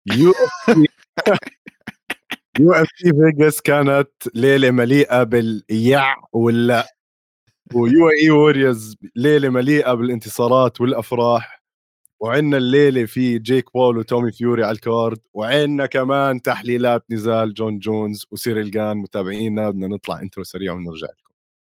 يو اف سي يو اف سي فيغاس كانت ليله مليئه باليع واللا، ويو اي ووريرز ليله مليئه بالانتصارات والافراح. وعندنا الليله في جيك بول وتومي فيوري على الكارد، وعندنا كمان تحليلات نزال جون جونز وسيريل جان. متابعينا بدنا نطلع انترو سريع ونرجع لكم.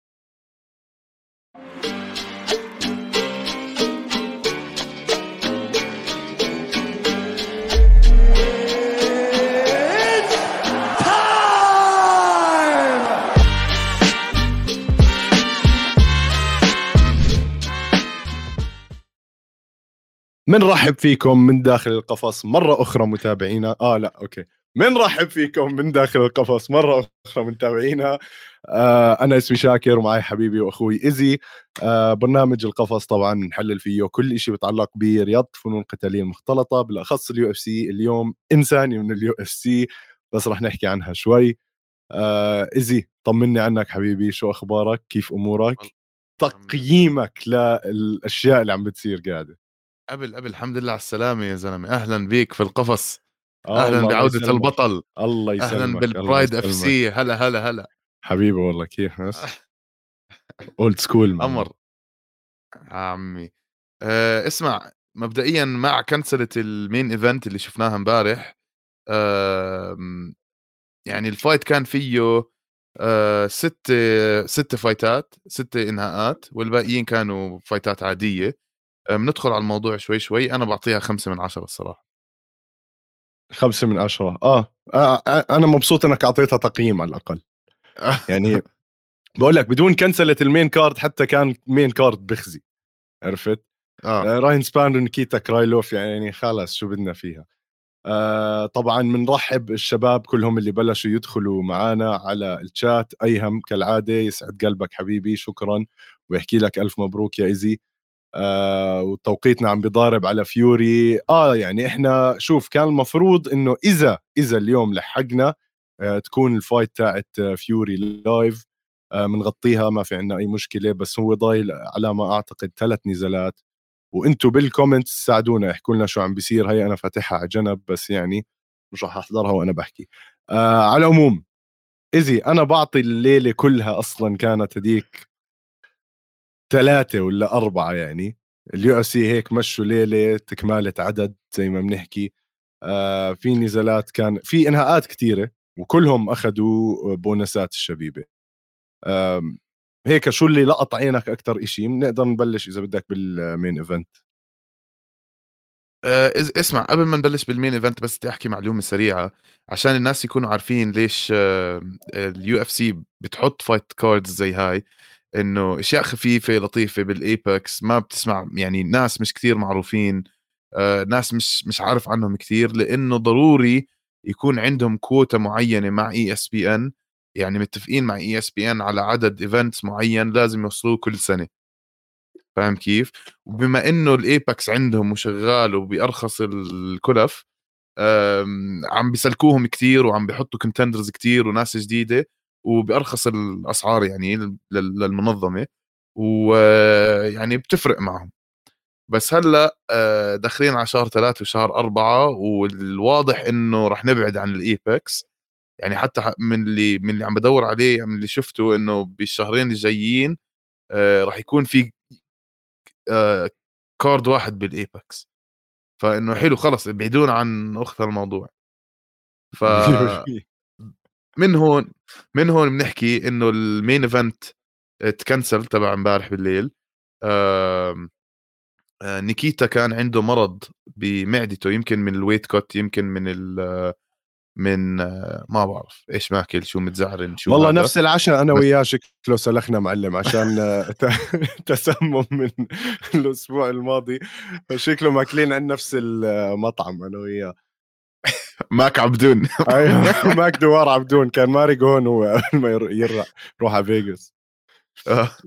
منرحب فيكم من داخل القفص مرة أخرى متابعينا. لا أوكي، منرحب فيكم من داخل القفص مرة أخرى متابعينا. أنا اسمي شاكر ومعي حبيبي وأخوي إيزي. برنامج القفص طبعا نحلل فيه كل إشي بيتعلق برياضة فنون قتالية مختلطة، بالأخص اليو اف سي. اليوم إنساني من اليو اف سي بس رح نحكي عنها شوي. إيزي طمني عنك حبيبي، شو أخبارك؟ كيف أمورك؟ الحمد لله. تقييمك للأشياء اللي عم بتصير قاعدة. قبل الحمد لله على السلامة يا زلمة، أهلا بيك في القفص. أهلا الله بعودة يسلمك. البطل. الله أهلا يسلمك. الله بالبرايد اف يسلمك سي. هلا حبيبي والله. كيف بس اولد سكول مان. قمر عمي. اسمع، مبدئيا مع كنسلة المين ايفنت اللي شفناها امبارح، آه يعني الفايت كان فيه ست فايتات، 6 إنهاءات، والباقيين كانوا فايتات عادية. بندخل على الموضوع شوي. أنا بعطيها 5 من 10 الصراحة. 5 من 10. انا مبسوط انك اعطيتها تقييم على الاقل. يعني بقول لك بدون كنسلة المين كارد حتى كان مين كارد بخزي، عرفت؟ اه راين سبان ونيكيتا كرايلوف، يعني خلاص شو بدنا فيها. طبعا بنرحب الشباب كلهم اللي بلشوا يدخلوا معنا على الشات. ايهم كالعاده، يسعد قلبك حبيبي، شكرا. ويحكي لك الف مبروك يا ايزي. وتوقيتنا عم بيضارب على فيوري. يعني احنا شوف، كان المفروض انه اذا اليوم لحقنا تكون الفايت تاعت فيوري لايف، منغطيها، ما في عنا اي مشكله. بس هو ضايل على ما اعتقد 3 نزالات. وانتم بالكومنتس ساعدونا، احكوا لنا شو عم بيصير. هي انا فاتحها على جنب بس يعني مش راح احضرها وانا بحكي. على العموم ايزي، انا بعطي الليله كلها اصلا كانت هديك 3 ولا 4. يعني اليو اف سي هيك مشوا ليله تكمالة عدد زي ما بنحكي. في نزالات، كان في انهاءات كثيره وكلهم اخذوا بونسات الشبيبه. هيك شو اللي لقط عينك اكثر إشي؟ بنقدر نبلش اذا بدك بالمين ايفنت. اسمع، قبل ما نبلش بالمين ايفنت بس بدي احكي معلومه سريعه عشان الناس يكونوا عارفين ليش اليو اف سي بتحط فايت كاردز زي هاي. انه اشياء خفيفه لطيفه بالايباكس ما بتسمع، يعني ناس مش كثير معروفين، ناس مش عارف عنهم كثير، لانه ضروري يكون عندهم كوتا معينه مع اي اس بي ان. يعني متفقين مع اي اس بي ان على عدد ايفنتس معين لازم يوصلوه كل سنه. فاهم كيف؟ وبما انه الايباكس عندهم وشغال وبارخص الكلف، عم بيسلكوهم كتير وعم بيحطوا كونتندرز كتير وناس جديده وبارخص الاسعار يعني للمنظمه، ويعني بتفرق معهم. بس هلا داخلين على شهر 3 وشهر 4، والواضح انه رح نبعد عن الايباكس. يعني حتى من اللي عم بدور عليه، من اللي شفته انه بالشهرين الجايين رح يكون في كارد واحد بالايباكس. فانه حلو، خلص ابعدونا عن اخت الموضوع. ف 100%. من هون من هون بنحكي انه المين ايفنت تكنسل تبع امبارح بالليل. آم، نيكيتا كان عنده مرض بمعدته، يمكن من الويت كوت، يمكن من ما بعرف ايش ماكل، شو متزعرن، شو والله هذا. نفس العشاء انا بس وياه شكله سلخنا معلم عشان تسمم من الاسبوع الماضي. فشكله ماكلين عند نفس المطعم انا وياه. ماك عبدون. ايوه ماك دوار عبدون كان مارق هون هو قبل ما يروح على فيغاس. آه،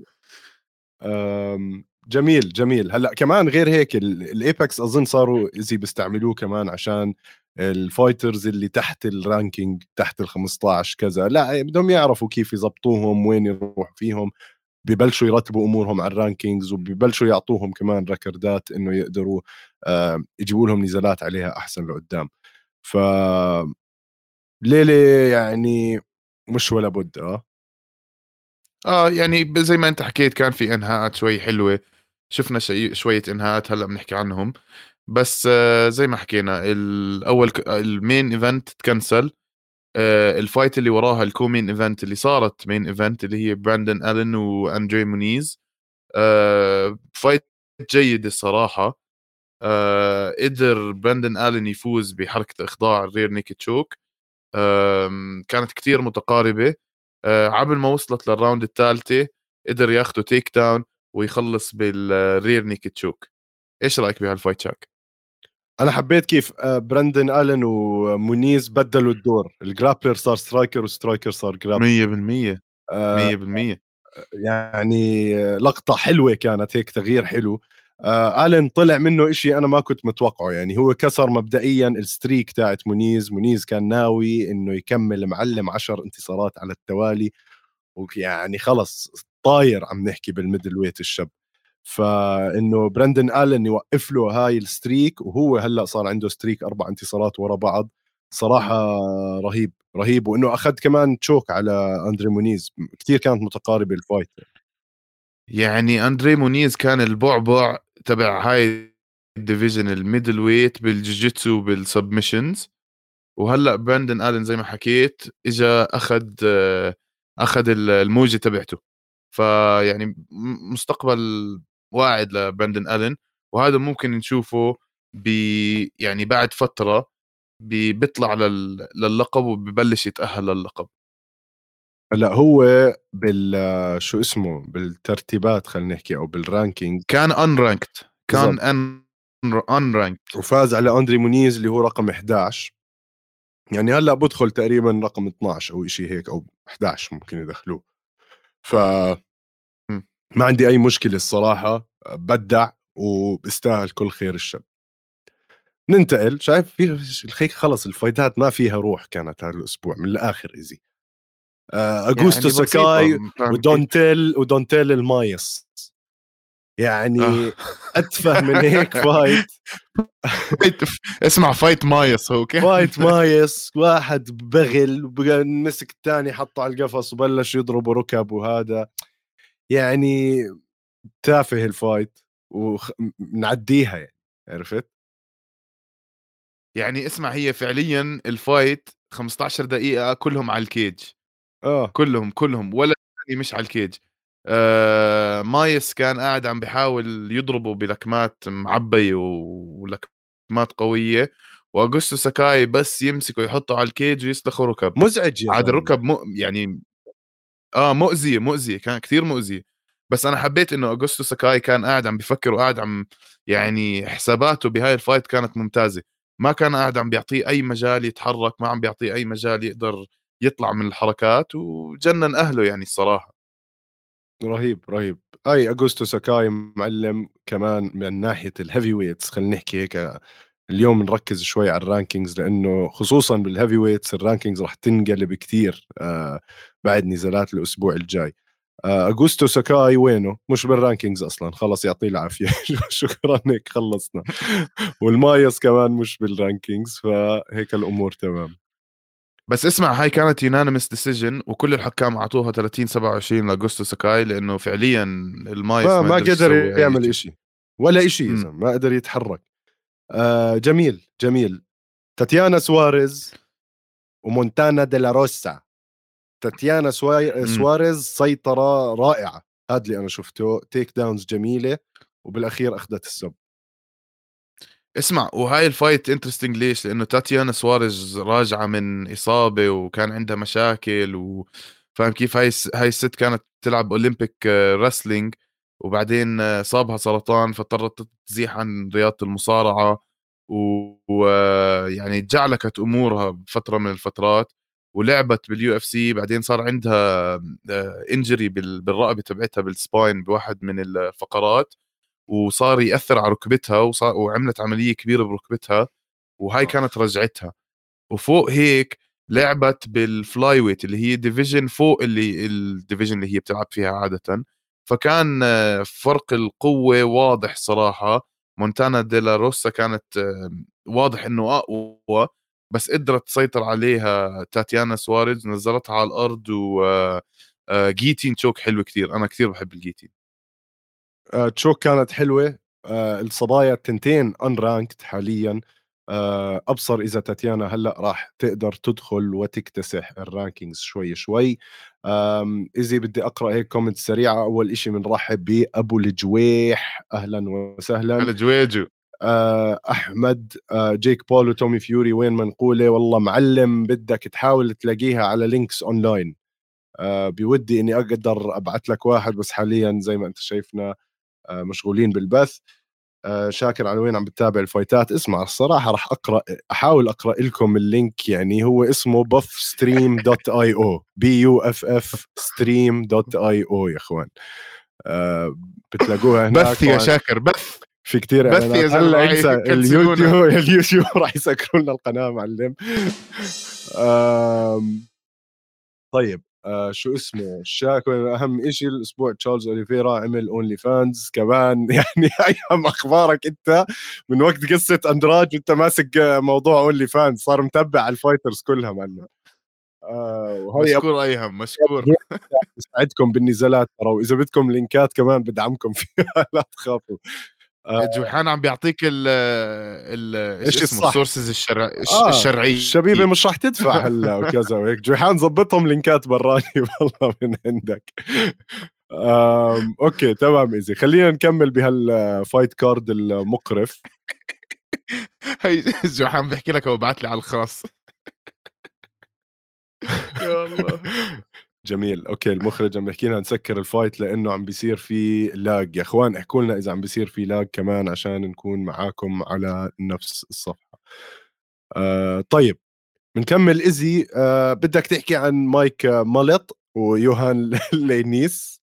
جميل جميل. هلا كمان غير هيك الايباكس اظن صاروا زي بيستعملوه كمان عشان الفايترز اللي تحت الرانكينج، تحت ال 15 كذا. لا بدهم يعرفوا كيف يزبطوهم، وين يروح فيهم. ببلشوا يرتبوا امورهم على الرانكينجز، وببلشوا يعطوهم كمان ركردات انه يقدروا يجيبوا لهم نزالات عليها احسن لقدام. ف ليلة يعني مش ولا بد. يعني زي ما انت حكيت كان في انهاءات شوي حلوة، شفنا شوية انهاءات هلا بنحكي عنهم. بس زي ما حكينا الاول المين ايفنت تكنسل. الفايت اللي وراها الكومين ايفنت اللي صارت مين ايفنت اللي هي براندن الين واندري مونيز. فايت جيد الصراحة. قدر براندن الين يفوز بحركة اخضاع الرير نيكي تشوك. كانت كتير متقاربة. عبل ما وصلت للراوند الثالثة قدر ياخده تيك داون ويخلص بالرير نيكي تشوك. ايش رايك بهالفايت شاك؟ انا حبيت كيف براندن الن ومونيز بدلوا الدور، الجرابلر صار سترايكر وسترايكر صار جرابلر. 100%. آه، 100%. يعني لقطة حلوة كانت، هيك تغيير حلو. الن طلع منه إشي أنا ما كنت متوقعه، يعني هو كسر مبدئيا الستريك تاعت مونيز كان ناوي إنه يكمل معلم 10 انتصارات على التوالي، ويعني خلص طاير عم نحكي بالميدل ويت الشاب. فانه براندن الن يوقف له هاي الستريك، وهو هلا صار عنده ستريك 4 انتصارات ورا بعض. صراحه رهيب رهيب. وانه اخذ كمان تشوك على اندري مونيز، كثير كانت متقاربه الفايت. يعني اندري مونيز كان البعبع تبع هاي الديفيجن الميدل ويت بالجوجيتسو بالسبمشنز. وهلا براندن الن زي ما حكيت اجا اخذ الموجه تبعته. فيعني مستقبل واعد لبراندن الن. وهذا ممكن نشوفه ب يعني بعد فتره بيطلع للقب وببلش يتاهل للقب. هلا هو بال شو اسمه بالترتيبات خلينا نحكي او بالرانكينج. كان انرانكت. كان بالضبط. انرانكت. وفاز على اندري مونيز اللي هو رقم 11. يعني هلا بدخل تقريبا رقم 12 او شيء هيك، او 11 ممكن يدخلوه. ف ما عندي اي مشكله الصراحه، بدع وبيستاهل كل خير الشاب. ننتقل، شايف في الخيك خلص الفايتات ما فيها روح كانت هذا الاسبوع من الاخر ايزي. اغوستو يعني بسيطة، ساكاي فاهم كيف؟ ودونتيل المايس، آه. يعني اتفه من هيك فايت. فايت. اسمع فايت مايس هو كيف؟ فايت مايس، واحد بغل مسك الثاني حطه على القفص وبلش يضربه ركب، وهذا يعني تافه الفايت ونعديها يعني. عرفت؟ يعني اسمع هي فعليا الفايت 15 دقيقة كلهم على الكيج. اه كلهم ولا ثانية مش على الكيج. مايس كان قاعد عم بيحاول يضربه بلكمات معبية ولكمات قوية. واغوستو ساكاي بس يمسكه يحطه على الكيج ويسلخه ركب. مزعج يا عاد زلمه. الركب يعني مؤذية كان كثير مؤذية. بس انا حبيت انه اغوستو ساكاي كان قاعد عم بفكر وقاعد عم يعني حساباته بهاي الفايت كانت ممتازة. ما كان قاعد عم بيعطيه اي مجال يتحرك، ما عم بيعطيه اي مجال يقدر يطلع من الحركات، وجنن اهله يعني الصراحة. رهيب رهيب. اي اغوستو ساكاي معلم كمان من ناحيه الهيفي ويتس، خلينا نحكي هيك. اليوم نركز شوي على الرانكينجز، لانه خصوصا بالهيفي ويتس الرانكينجز راح تنقلب كثير بعد نزالات الاسبوع الجاي. اغوستو ساكاي وينه؟ مش بالرانكينجز اصلا، خلص يعطيه العافيه. شكرا، هيك خلصنا. والمايس كمان مش بالرانكينجز، فهيك الامور تمام. بس اسمع هاي كانت يونانيمس ديسيجن، وكل الحكام اعطوها 30-27 لاغوستو ساكاي لانه فعليا المايس ما ما قدرش قدر يسوي اي يعمل شيء. إشي ولا إشي يا زلمه، ما قدر يتحرك. جميل جميل. تاتيانا سواريز ومونتانا ديلا روسا. تاتيانا سواريز سيطرة رائعة، هذا اللي أنا شفته، تيك داونز جميلة، وبالأخير أخذت السب. اسمع وهاي الفايت انترستنج ليش؟ لانه تاتيانا سواريز راجعه من اصابه وكان عندها مشاكل فاهم كيف؟ هاي الست كانت تلعب اولمبيك رسلينج، وبعدين صابها سرطان فاضطرت تزيح عن رياضه المصارعه. ويعني تجعلكت امورها بفتره من الفترات، ولعبت باليو اف سي. بعدين صار عندها انجري بالرقبه تبعتها بالسباين بواحد من الفقرات، وصار يأثر على ركبتها وعملت عملية كبيرة بركبتها. وهاي كانت رجعتها. وفوق هيك لعبت بالفلاي ويت اللي هي ديفيجن فوق اللي الديفيجن اللي هي بتلعب فيها عادة. فكان فرق القوة واضح صراحة. مونتانا ديلا روسا كانت واضح انه اقوى. بس قدرت تسيطر عليها تاتيانا سواريز، نزلتها على الأرض و جيتين تشوك حلو كتير. أنا كتير بحب الجيتين. تشوك كانت حلوة. الصبايا التنتين unranked حاليا. أبصر إذا تاتيانا هلأ راح تقدر تدخل وتكتسح الرانكينجز شوي شوي. إذا بدي أقرأ هيك كومنت سريعة. أول إشي بنرحب بأبو الجويح، أهلا وسهلا. على جواجو. أحمد، جيك بول وتومي فيوري وين منقولة؟ والله معلم بدك تحاول تلاقيها على لينكس أونلاين. بودي إني أقدر أبعث لك واحد، بس حاليا زي ما أنت شايفنا مشغولين بالبث. شاكر على وين عم بتتابع الفايتات. اسمع الصراحة راح أحاول أقرأ لكم اللينك. يعني هو اسمه buffstream.io buffstream.io يا أخوان. بتلاقوها هناك بث يا طبعا. شاكر، بث في كتير بث يا إعلانات. زلمة، هلا راح انسى يكنسلونا. اليوتيوب راح يسكروا لنا القناة معلم. طيب شو اسمه شاكر. اهم إشي الاسبوع تشارلز اوليفيرا عمل اونلي فانز كمان. يعني ايام اخبارك انت من وقت قصه اندراج وانت ماسك موضوع اونلي فانز، صار متبع على الفايترز كلها معنا. وهي مشكور أيهم، مشكور. بساعدكم بالنزالات ترى، واذا بدكم لينكات كمان بدعمكم فيها. لا تخافوا. جوحان عم بيعطيك ايش ايش اسمه الصح؟ السورسز الشرعية. الشبيبه مش راح تدفع هلا وكذا وهيك. جوحان ظبطهم لينكات براني والله من عندك. اوكي تمام. ايزي خلينا نكمل بهالفايت كارد المقرف. هي جوحان بيحكي لك، هو بعت لي على الخاص. يا الله. جميل. اوكي المخرج عم بيحكي لنا نسكر الفايت لانه عم بيصير في لاج. يا اخوان احكوا لنا اذا عم بيصير في لاج كمان عشان نكون معاكم على نفس الصفحه. طيب بنكمل. ايزي بدك تحكي عن مايك مالط ويوهان لينيس.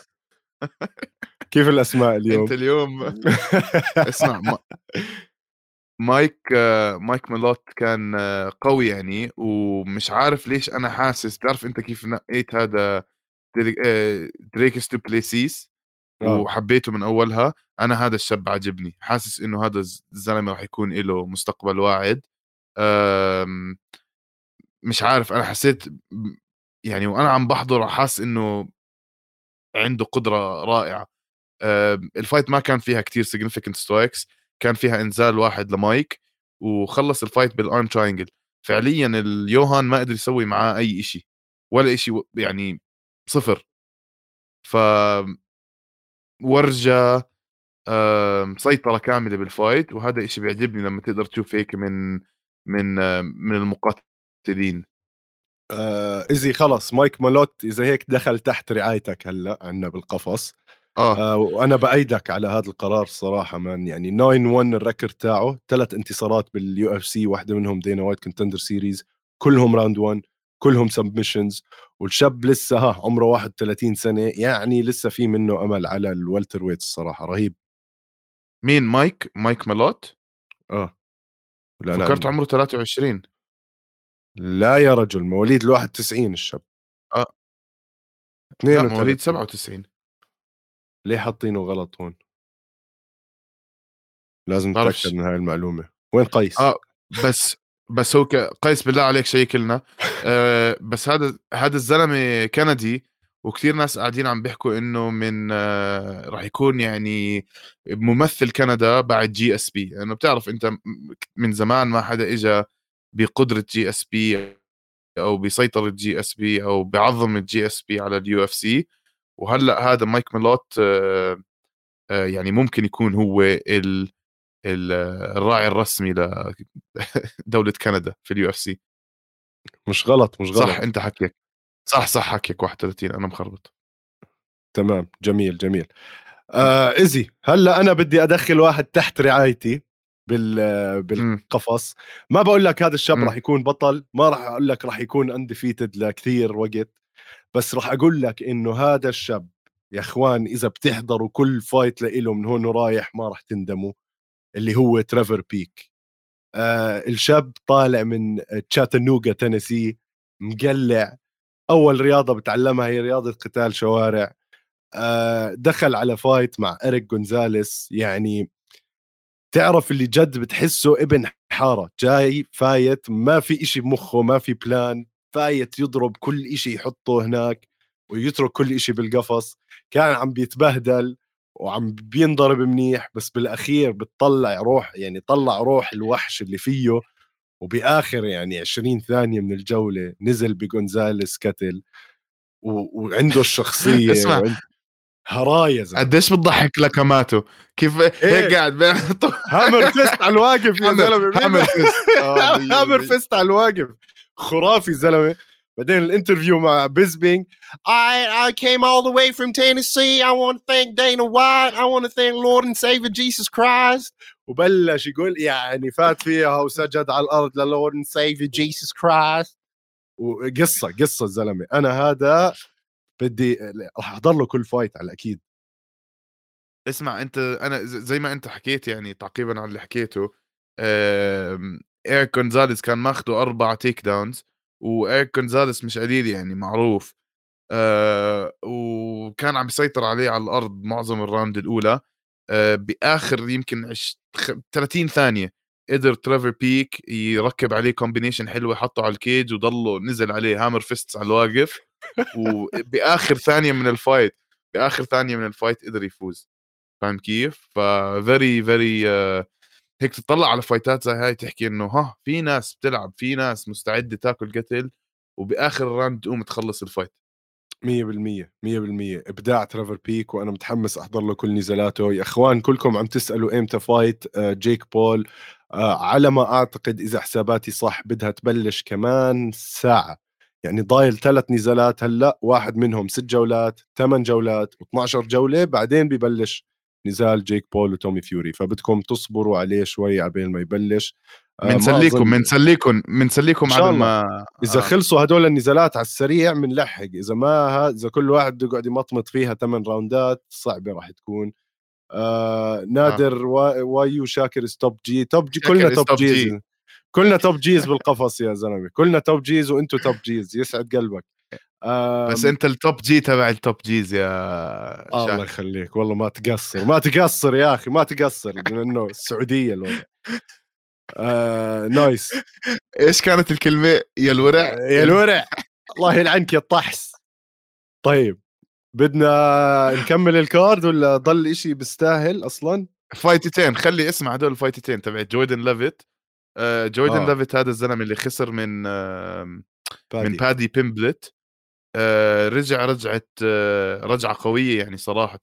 كيف الاسماء انت اليوم؟ اليوم اسمع، مايك ميلوت كان قوي يعني، ومش عارف ليش انا حاسس، بتعرف انت كيف نقيت هذا دريكس دوبليسيس اه وحبيته من اولها. انا هذا الشاب عجبني، حاسس انه هذا الزلمه راح يكون له مستقبل واعد. آم، مش عارف، انا حسيت يعني وانا عم بحضر حاسس انه عنده قدره رائعه. الفايت ما كان فيها كتير significant strikes، كان فيها انزال واحد لمايك وخلص الفايت بالارم تراينجل. فعليا اليوهان ما قدر يسوي معاه اي إشي، ولا إشي يعني صفر. ف ورجى سيطرة كاملة بالفايت، وهذا إشي بيعجبني لما تقدر تشوف هيك من المقاتلين. إزي خلص مايك مالوت إذا هيك دخل تحت رعايتك هلا عنا بالقفص. اه وأنا بأيدك على هذا القرار صراحة مان. يعني 9-1 الركر تاعه، 3 انتصارات باليو اف سي، واحدة منهم دينا وايت كونتندر سيريز، كلهم راوند 1، كلهم سبمشنز. والشاب لسه عمره 31 سنة، يعني لسه في منه أمل على الوالتر ويت. الصراحة رهيب. مين مايك مالوت؟ اه لا فكرت لا عمره 23. لا يا رجل، مواليد ال 91 الشاب. اه لا، مواليد 32. 97. ليه حاطينه غلط هون؟ لازم نتأكد بعرفش. من هاي المعلومة. وين قيس؟ اه بس بس هو قيس بالله عليك شيك لنا. بس هذا الزلمه كندي، وكثير ناس قاعدين عم بيحكوا انه من راح يكون يعني ممثل كندا بعد جي اس بي، لانه بتعرف انت من زمان ما حدا اجى بقدره جي اس بي او بسيطره جي اس بي او بعظمه جي اس بي على اليو اف سي. وهلا هذا مايك ميلوت يعني ممكن يكون هو الراعي الرسمي لدولة كندا في اليو اف سي. مش غلط مش صح غلط. انت حكيك، صح حكيك 31، انا مخربط. تمام جميل جميل. إزي هلا أنا بدي أدخل واحد تحت رعايتي امم بالقفص. ما بقول لك هذا الشاب امم راح يكون بطل، ما راح أقول لك راح يكون انديفيتد لكثير وقت، بس راح أقول لك إنه هذا الشاب يا إخوان إذا بتحضروا كل فايت لإله من هون ورايح ما راح تندموا. اللي هو تريفر بيك. الشاب طالع من تشاتانوغا تينيسي، مقلع. أول رياضة بتعلمها هي رياضة قتال شوارع. دخل على فايت مع إريك جونزاليس. يعني تعرف اللي جد بتحسه ابن حارة جاي فايت ما في إشي بمخه ما في بلان فايت يضرب كل إشي يحطه هناك ويترك كل إشي بالقفص كان عم بيتبهدل وعم بينضرب منيح بس بالأخير بتطلع روح يعني طلع روح الوحش اللي فيه وبآخر يعني 20 ثانية من الجولة نزل بجونزاليس كتل وعنده الشخصية اسمع هرايا زلمة قديش بتضحك لكماته كيف هيك ايه قاعد بيعطوا هامر فيست على الواقف يا زلمه هامر فيست هامر 100%. فيست على الواقف خرافي زلمه بعدين الانترفيو مع بيزبينج I came all the way from Tennessee. I want to thank Dana White. I want to thank Lord and Savior Jesus Christ. وبلش يقول يعني فات فيها وسجد على الارض للورد and Savior Jesus Christ. وقصه الزلمه انا هذا بدي راح احضر له كل فايت على اكيد. اسمع انت انا زي ما انت حكيت يعني تعقيبا على اللي حكيته ايريك جونزاليس كان ماخده 4 تيك داونز وايريك جونزاليس مش قليل يعني معروف وكان عم يسيطر عليه على الارض معظم الراوند الاولى باخر يمكن 30 ثانيه قدر تريفر بيك يركب عليه كومبينيشن حلوه حطه على الكيج وضله نزل عليه هامر فيستس على الواقف وباخر ثانيه من الفايت قدر يفوز فاهم كيف؟ ففيري فيري هيك تطلع على فايتات زي هاي تحكي انه ها في ناس بتلعب في ناس مستعده تاكل قتل وباخر الراوند تقوم تخلص الفايت 100% ابداع ترافر بيك وانا متحمس احضر له كل نزالاته. يا اخوان كلكم عم تسالوا امتى فايت جيك بول. على ما اعتقد اذا حساباتي صح بدها تبلش كمان ساعه يعني ضايل 3 نزالات هلا واحد منهم 6 جولات 8 جولات و12 جوله بعدين ببلش نزال جيك بول وتومي فيوري فبدكم تصبروا عليه شوي عبين ما يبلش. ما بنسليكم اظن بنسليكم ان شاء عبل الله ما اذا خلصوا هدول النزالات على السريع بنلحق اذا ما اذا كل واحد بده يقعد يمطمط فيها 8 راوندات صعبه راح تكون. آه. نادر وايو شاكر ستوب جي كلنا شاكر توب ستوب جيز جي كلنا توب جيز بالقفص يا زلمه كلنا توب جيز وانتم توب جيز يسعد قلبك. بس آم، انت التوب جي تبع التوب جيز يا الله شاكر يخليك والله ما تقصر يا اخي ما تقصر لانه السعوديه الوضع. نايس. ايش كانت الكلمه يا الورع يا الورع الله يلعنك يا الطحس. طيب بدنا نكمل الكارد ولا ضل إشي بيستاهل اصلا؟ فايتتين خلي اسمع هدول الفايتتين تبع جوردن ليفيت جوردن اه ليفيت هذا الزلمه اللي خسر من بادي بادي بيمبلت رجع رجعة قوية يعني صراحة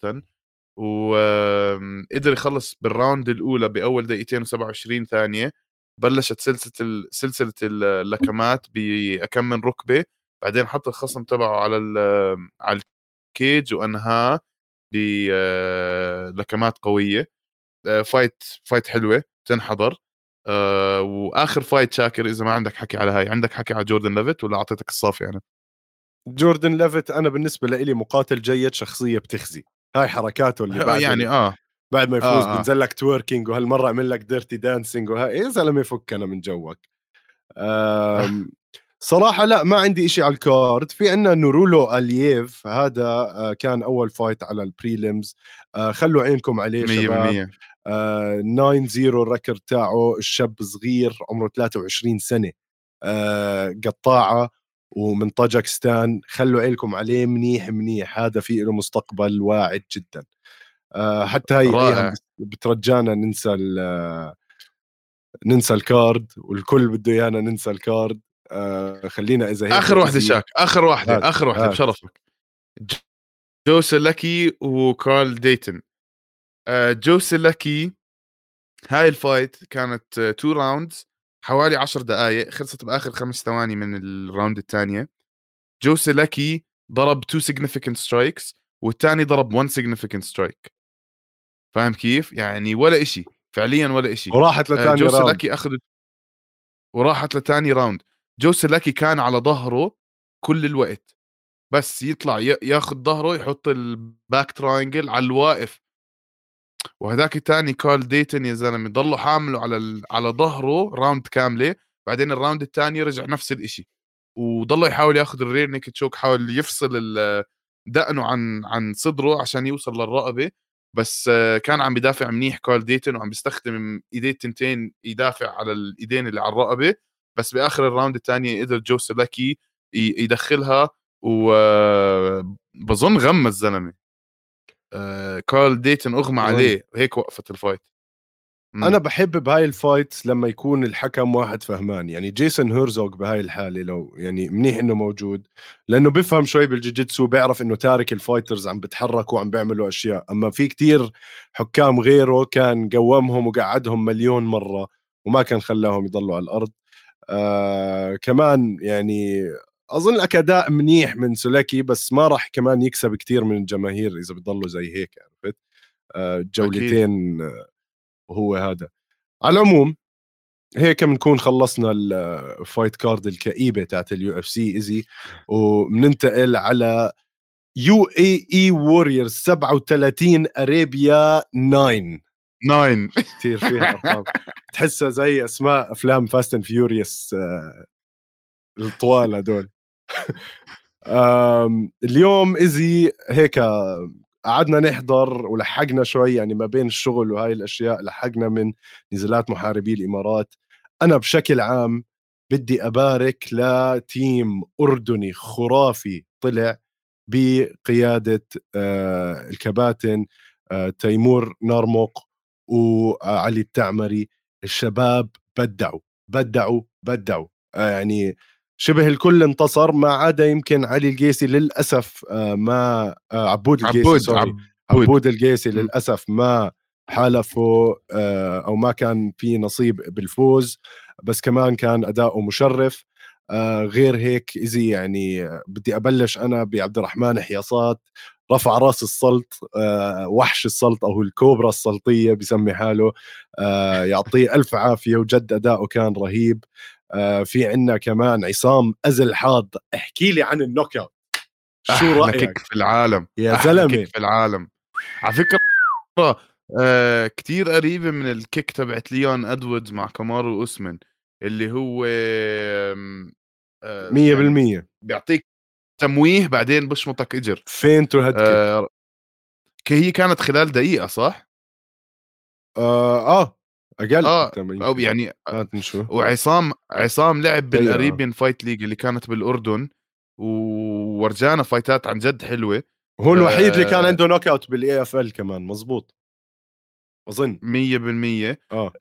وقدر يخلص بالراوند الأولى بأول 2 دقيقتين و27 ثانية. بلشت سلسلة اللكمات بأكم من ركبة بعدين حط الخصم تبعه على الكيج وأنهاه بلكمات قوية. فايت حلوة تنحضر. وآخر فايت شاكر إذا ما عندك حكي على هاي عندك حكي على جوردن ليفيت ولا أعطيتك الصافي أنا؟ جوردن ليفيت انا بالنسبه لي مقاتل جيد شخصيه بتخزي هاي حركاته اللي يعني بعد ما يفوز اه بنزل لك توركينج وهالمره عمل لك ديرتي دانسينج وهاي يا زلمه فك انا من جوك. صراحة لا ما عندي إشي على الكارد. في عنا نورولو ألييف هذا كان أول فايت على البريليمز. خلوا عينكم عليه شباب. 100% 9-0 الركر تاعه الشاب صغير عمره 23 سنة. قطاعة ومن طاجكستان خلوا عينكم عليه منيح هذا في له مستقبل واعد جدا. حتى هاي أيام رائع. بترجانا ننسى الكارد والكل بده ايانا ننسى الكارد. خلينا اذا هيك اخر واحده ايزي. شاك اخر واحده هات اخر واحده هات بشرفك جو سيلكي وكارل ديتن. جو سيلكي هاي الفايت كانت 2 راوندز حوالي 10 دقائق خلصت باخر 5 ثواني من الراوند الثانيه. جو سيلكي ضرب 2 significant strikes والثاني ضرب 1 significant strike. فاهم كيف يعني ولا إشي فعليا ولا إشي. وراحت لثاني جو راوند. سيلكي اخذ وراحت لثاني راوند. جو سيلكي كان على ظهره كل الوقت بس يطلع ياخذ ظهره يحط الباك تراينجل على الواقف. وهذاك الثاني كارل ديتن يا زلمه ضله حامله على ظهره راوند كامله. بعدين الراوند الثاني رجع نفس الإشي وضله يحاول ياخذ الرير نيك تشوك حاول يفصل دقنه عن صدره عشان يوصل للرقبه بس كان عم بيدافع منيح كارل ديتون، وعم بيستخدم ايديه التنتين يدافع على الايدين اللي على الرقبه. بس باخر الراوند الثانيه قدر جو سلاكي يدخلها، وبظن غم الزلمه. كارل ديتون اغمى أظن. عليه هيك وقفت الفايت. انا بحب بهاي الفايتس لما يكون الحكم واحد فهمان، يعني جيسون هيرزوغ بهاي الحاله لو يعني منيح انه موجود، لانه بيفهم شوي بالجيجيتسو، بيعرف انه تارك الفايترز عم بتحركوا وعم بيعملوا اشياء. اما في كتير حكام غيره كان قومهم وقعدهم مليون مره وما كان خلاهم يضلوا على الارض. كمان يعني اظن اداء منيح من سولاكي، بس ما راح كمان يكسب كتير من الجماهير اذا بيضلوا زي هيك، عرفت؟ اكيد. جولتين وهو هذا. على العموم هيك بنكون خلصنا الفايت كارد الكئيبه تاعت اليو اف سي ايزي، وبننتقل على يو اي اي ووريرز 37 ارابيا 9. 9. كثير فيها ارقام، تحسها زي اسماء افلام فاست اند فيوريوس الطوال هدول. اليوم ايزي هيك قعدنا نحضر ولحقنا شوي، يعني ما بين الشغل وهاي الاشياء لحقنا من نزالات محاربي الامارات. انا بشكل عام بدي ابارك لتيم اردني خرافي طلع بقياده الكباتن تيمور نارموق وعلي التعمري. الشباب بدعوا يعني شبه الكل انتصر ما عدا يمكن علي القيسي للأسف ما عبود القيسي عبود سوري، عبود. عبود القيسي للأسف ما حالفه أو ما كان في نصيب بالفوز، بس كمان كان أداؤه مشرف. غير هيك إزي يعني بدي أبلش أنا بعبد الرحمن حياصات، رفع راس السلط، وحش السلط أو الكوبرا السلطية بسمي حاله. يعطيه ألف عافية، وجد أداؤه كان رهيب. في عنا كمان عصام أزل حاض، احكي لي عن النوك اوت، شو احلى كيك رأيك في العالم. يا احلى كيك زلمة؟ في العالم على فكره. كتير قريبه من الكيك تبعت ليون ادوردز مع كامارو اوسمن، اللي هو مية يعني بالمية. بيعطيك تمويه بعدين بشمطك اجر. فين تو هيد كيك. آه هي كانت خلال دقيقه صح؟ أقل اه حتى ما او يمكن. يعني هات نشوف. وعصام لعب دقيقة. بالاريبيان فايت ليج اللي كانت بالاردن، وورجانا فايتات عن جد حلوه. هو الوحيد اللي كان آه عنده نوك اوت بالاي اف ال كمان، مزبوط أظن. 100%. اه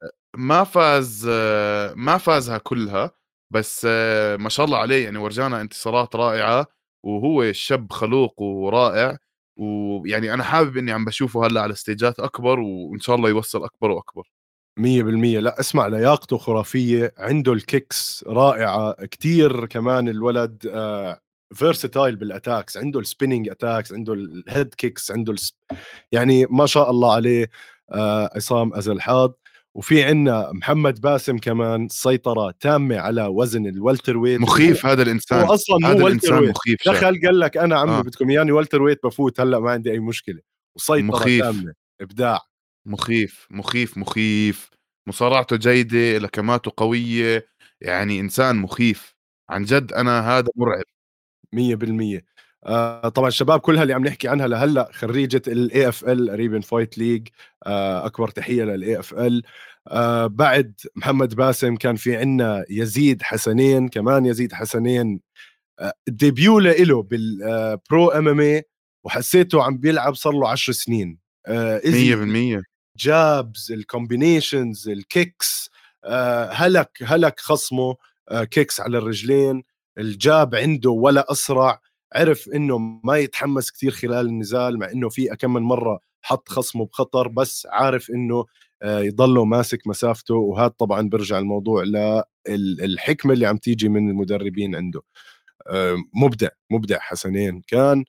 ما فازها كلها، بس ما شاء الله عليه، يعني ورجانا انتصارات رائعة، وهو شاب خلوق ورائع. ويعني أنا حابب إني عم بشوفه هلأ على ستيجات أكبر، وإن شاء الله يوصل أكبر وأكبر. 100%. لا اسمع، لياقته خرافية، عنده الكيكس رائعة كتير كمان الولد. فيرساتايل بالاتاكس، عنده السبيننج اتاكس، عنده الهيد كيكس، عنده يعني ما شاء الله عليه. عصام أزلحاض. وفي عنا محمد باسم كمان، سيطرة تامة على وزن الوالتر ويت، وهو مخيف هذا هو الإنسان. اصلا مو هذا والتر الإنسان ويت. مخيف شاب. دخل قال لك انا عمي آه بدكم ياني والتر ويت بفوت هلا ما عندي اي مشكله، وسيطره مخيف تامه. ابداع. مخيف مخيف مخيف. مصارعته جيدة، لكماته قوية، يعني إنسان مخيف عن جد. أنا هذا مرعب. 100%. طبعا الشباب كلها اللي عم نحكي عنها لهلا خريجه الاي اف ال اريبن فايت ليج. اكبر تحيه للاي اف ال. بعد محمد باسم كان في عنا يزيد حسنين، كمان يزيد حسنين الديبيو له بالبرو ام ام اي، وحسيته عم بيلعب صار له 10 سنين. مية ايزي بالمية. جابز، الكومبينيشنز، الكيكس. هلك خصمه كيكس على الرجلين، الجاب عنده ولا أسرع. عرف انه ما يتحمس كثير خلال النزال، مع انه في كم من مرة حط خصمه بخطر، بس عارف انه يضله ماسك مسافته. وهذا طبعا برجع الموضوع للحكمة اللي عم تيجي من المدربين عنده. مبدع حسنين كان.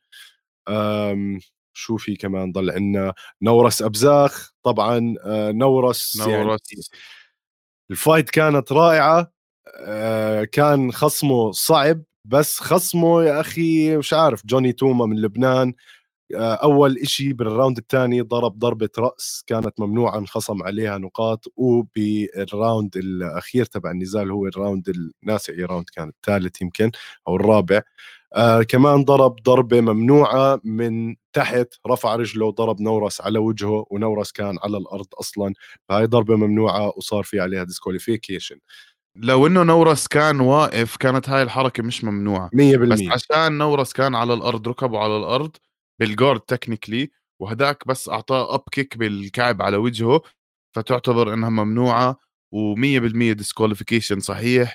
شو في كمان ضل عنا؟ نورس أبزاخ طبعا. نورس يعني نورس. الفايت كانت رائعة. كان خصمه صعب، بس خصمه يا أخي مش عارف، جوني توما من لبنان اول إشي بالراوند الثاني ضرب ضربه راس كانت ممنوعه، انخصم عليها نقاط. وبالراوند الاخير تبع النزال، هو الراوند الناس اي راوند كان، الثالث يمكن او الرابع، كمان ضرب ضربه ممنوعه من تحت، رفع رجله وضرب نورس على وجهه، ونورس كان على الارض اصلا. فهي ضربه ممنوعه وصار في عليها ديسكواليفيكيشن. لو انه نورس كان واقف كانت هاي الحركة مش ممنوعة، بس 100%. عشان نورس كان على الارض، ركبه على الارض بالجارد تكنيكلي، وهداك بس اعطاه اب كيك بالكعب على وجهه، فتعتبر انها ممنوعة و100% ديسكواليفيكيشن صحيح.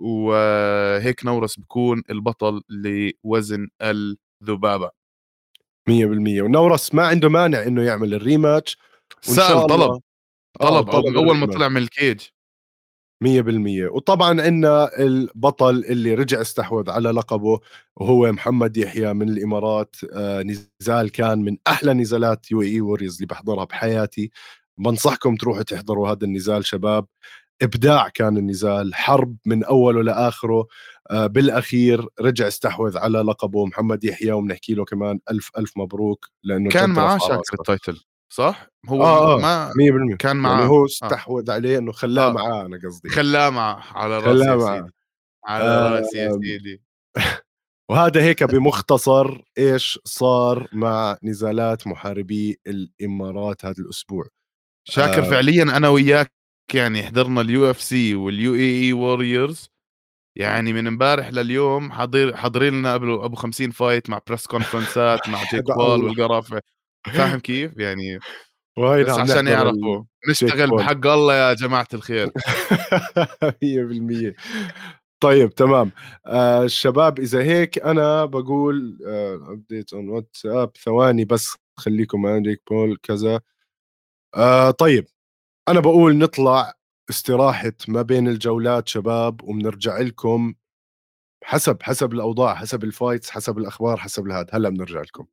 وهيك نورس بكون البطل لوزن الذبابة. 100%. ونورس ما عنده مانع انه يعمل الريماتش، وان سأل شاء طلب، الله. اه، طلب طلب اول ما الريماتش. طلع من الكيج. 100%. وطبعا عندنا البطل اللي رجع استحوذ على لقبه، وهو محمد يحيى من الامارات. نزال كان من احلى نزالات يو اي ووريرز اللي بحضرها بحياتي. بنصحكم تروحوا تحضروا هذا النزال شباب. ابداع كان النزال، حرب من اوله لاخره. بالاخير رجع استحوذ على لقبه محمد يحيى، وبنحكي له كمان الف الف مبروك، لانه كان جد معاه رفع شاكر راسه. التايتل صح؟ هو اه، ما 100%. كان يعني معاه. هو اه استحوذ عليه، انه خلاه اه معاه، انا قصدي خلاه معاه على راسي خلاه يا معاه. سيدي، على راسي يا آم، سيدي. وهذا هيك بمختصر ايش صار مع نزالات محاربي الامارات هذا الاسبوع. شاكر آه فعليا انا وياك يعني حضرنا اليو اف سي واليو اي اي ووريرز، يعني من امبارح لليوم حاضرين لنا قبل ابو 50 فايت مع بريس كونفرنسات مع جيك حدا بول الله. والقرف. فاهم كيف يعني؟ وهينا بس عم عشان نحضر يعرفوا الجيك نشتغل بول. بحق الله يا جماعة الخير. 100%. طيب تمام. الشباب اذا هيك انا بقول ابديت اون واتساب، ثواني بس خليكم مع جيك بول كذا. طيب، أنا بقول نطلع استراحة ما بين الجولات شباب، وبنرجع لكم حسب الأوضاع، حسب الفايتس، حسب الأخبار، حسب الهاد. هلا بنرجع لكم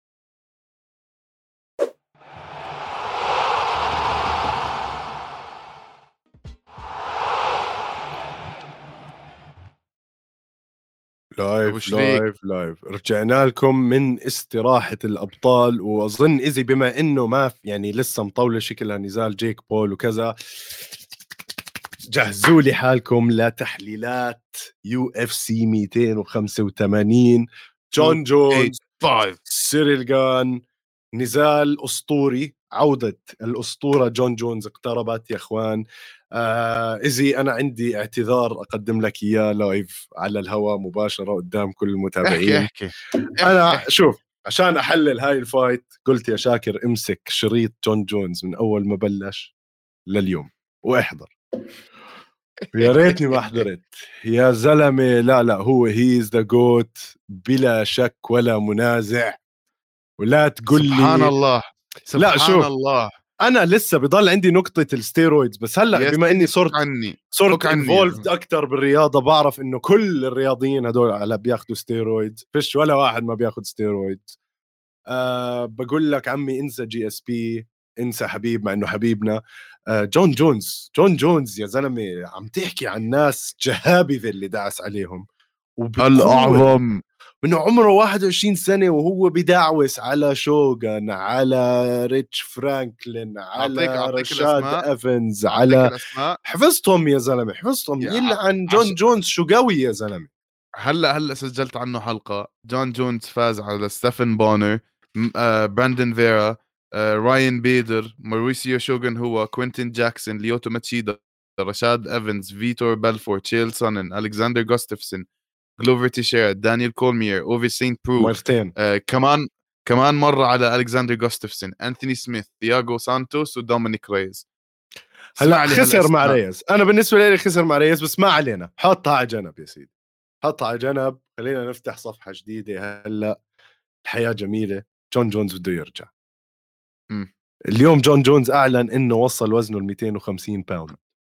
ابو لايف شريك، لايف لايف. رجعنا لكم من استراحة الأبطال. وأظن إذا بما إنه ما يعني لسه مطولة شكلها نزال جيك بول وكذا، جهزوا لي حالكم لتحليلات يو اف سي 285. جون 285. جونز، سيريل جان، نزال أسطوري. عودة الأسطورة جون جونز اقتربت يا أخوان. إزي أنا عندي اعتذار أقدم لك إياه لايف على الهواء مباشرة قدام كل احكي المتابعين. احكي أنا احكي. شوف، عشان أحلل هاي الفايت قلت يا شاكر امسك شريط جون جونز من أول ما بلش لليوم واحضر. يا ريتني ما حضرت يا زلمة. لا لا، هو هي از ذا جوت بلا شك ولا منازع. ولا تقول سبحان لي. الله، لا سبحان شوف، الله. انا لسه بضل عندي نقطة الستيرويدز، بس هلا يا بما اني سيدي فك صرت عني، صرت فك عني يا انفولفد زلمة. اكثر بالرياضة، بعرف انه كل الرياضيين هدول على بياخذوا ستيرويدز، فيش ولا واحد ما بياخذ ستيرويدز. بقول لك عمي، انسى جي اس بي، انسى حبيب مع انه حبيبنا. جون جونز، جون جونز يا زلمه، عم تحكي عن ناس جهابذه اللي دعس عليهم وبقوه. الأعظم. من عمره 21 سنة وهو بدعوس على شوغان، على ريتش فرانكلين، على أعطيك رشاد الأسماء، ايفنز، أعطيك على الأسماء. حفظتهم يا زلمة، حفظتهم. يا يلعن عش... جون جونز شو قوي يا زلمة. هلا سجلت عنه حلقة. جون جونز فاز على ستيفن بونر، براندن فيرا، راين بيدر، موريسيو شوغن، هو كوينتين جاكسون، ليوتو ماتشيدا، رشاد ايفنز، فيتور بلفور، تشيل سونن، الكسندر جوستفسون، جلوفر تيشيرا، دانيال كولمير، اوفي سينت برو. مرتين. كمان مرة على الكسندر جوستفسون، انثوني سميث، ثياغو سانتوس، ودومينيك ريز. هلا اسمع لي خسر مع هالاسماء. ريز، انا بالنسبة لي خسر مع ريز، بس ما علينا، حطها على جنب يا سيدي، حطها على جنب. خلينا نفتح صفحة جديدة هلا. الحياة جميلة. جون جونز بده يرجع. مم. اليوم جون جونز اعلن انه وصل وزنه ل 250 باوند.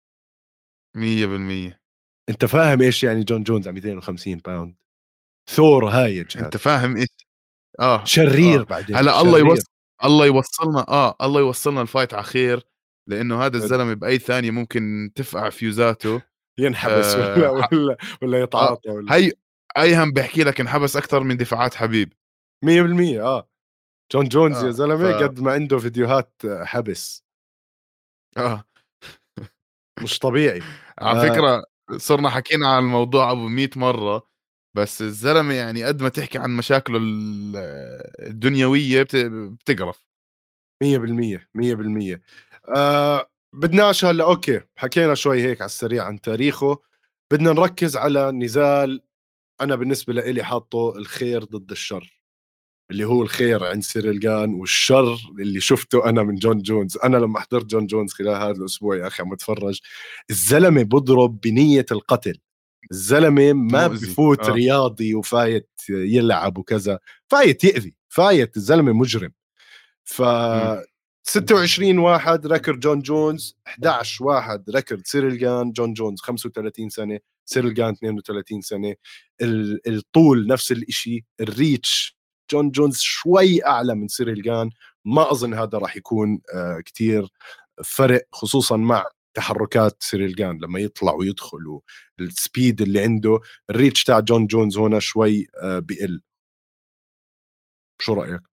100%. انت فاهم ايش يعني جون جونز على 250 باوند؟ ثور هايج هذا. انت فاهم ايش؟ اه شرير اه. بعدين، هلا شرير. الله يوصلنا الفايت على خير، لانه هذا الزلمه باي ثانيه ممكن تفقع فيوزاته. ينحبس ولا آه ولا آه يتعاطى ولا. هي ايهم بحكي لك انحبس اكثر من دفاعات حبيب. 100%. اه جون جونز يا اه زلمه قد ما عنده فيديوهات حبس اه مش طبيعي. على فكرة صرنا حكينا عن الموضوع أبو 100 مرة، بس الزلمة يعني قد ما تحكي عن مشاكله الدنيوية بتقرف. 100% 100%. بدناش هلا اوكي حكينا شوي هيك على السريع عن تاريخه، بدنا نركز على نزال انا بالنسبه لي حاطه الخير ضد الشر، اللي هو الخير عند سيريل جان والشر اللي شفته انا من جون جونز. انا لما حضرت جون جونز خلال هذا الاسبوع يا اخي عم اتفرج، الزلمه بضرب بنيه القتل، الزلمه ما مؤذي بفوت رياضي وفايت يلعب وكذا، فايت يأذي، فايت الزلمه مجرم. ف مم. 26 واحد ريكورد جون جونز، 11 واحد ريكورد سيريل جان. جون جونز 35 سنه، سيريل جان 32 سنه. الطول نفس الشيء، الريتش جون جونز شوي اعلى من سيريل جان. ما اظن هذا راح يكون كتير فرق، خصوصا مع تحركات سيريل جان لما يطلع ويدخل والسبيد اللي عنده. الريتش تاع جون جونز هنا شوي بقل. شو رايك؟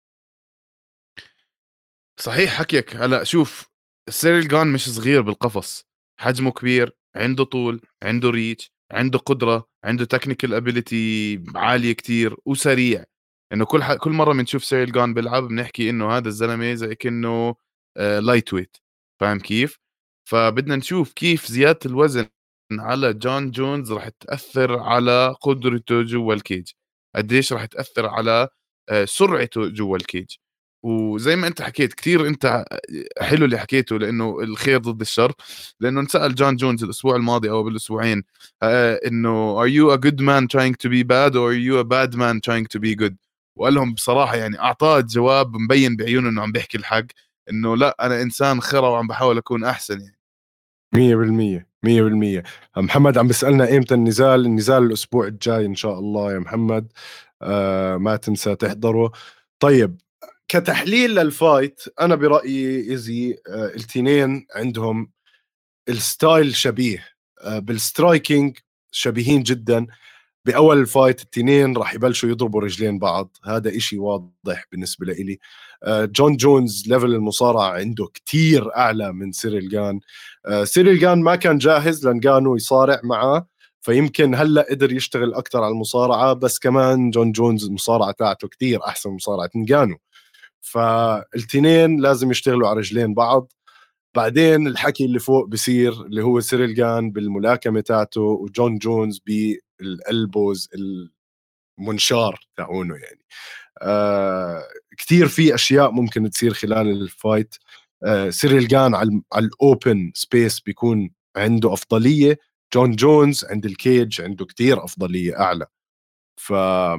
صحيح حكيك. هلا شوف، سيريل جان مش صغير بالقفص، حجمه كبير، عنده طول، عنده ريتش، عنده قدرة، عنده تكنيكال ابيليتي عالية كتير وسريع. انه كل مرة بنشوف سيريل جان بيلعب بنحكي انه هذا الزلمة زي كأنه لايت ويت، فاهم كيف؟ فبدنا نشوف كيف زيادة الوزن على جون جونز راح تأثر على قدرته جوا الكيج، قديش راح تأثر على سرعته جوا الكيج. وزي ما أنت حكيت كتير، أنت حلو اللي حكيته، لأنه الخير ضد الشر. لأنه انسأل جون جونز الأسبوع الماضي أو بالأسبوعين إنه are you a good man trying to be bad or are you a bad man trying to be good؟ وقال لهم بصراحة يعني أعطاه جواب مبين بعيونه إنه عم بيحكي الحق، إنه لا أنا إنسان خرا وعم بحاول أكون أحسن يعني. 100% 100%. محمد عم بيسألنا إمتى النزال؟ النزال الأسبوع الجاي إن شاء الله يا محمد. ما تنسى تحضره. طيب كتحليل للفايت، أنا برأيي إيزي التنين عندهم الستايل شبيه، بالسترايكينج شبيهين جدا. باول الفايت التنين راح يبلشوا يضربوا رجلين بعض، هذا إشي واضح بالنسبه لي. جون جونز ليفل المصارعه عنده كتير اعلى من سيريل جان. سيريل جان ما كان جاهز لنقانو يصارع معاه، فيمكن هلا قدر يشتغل اكثر على المصارعه، بس كمان جون جونز المصارعه تاعته كتير احسن من مصارعه نقانو. فالتنين لازم يشتغلوا على رجلين بعض. بعدين الحكي اللي فوق بصير اللي هو سيريل جان بالملاكمه تاعته وجون جونز بالالبوز المنشار تاعونه يعني. كتير في اشياء ممكن تصير خلال الفايت. سيريل جان على الاوبن سبيس بيكون عنده افضليه، جون جونز عند الكيج عنده كتير افضليه اعلى. ف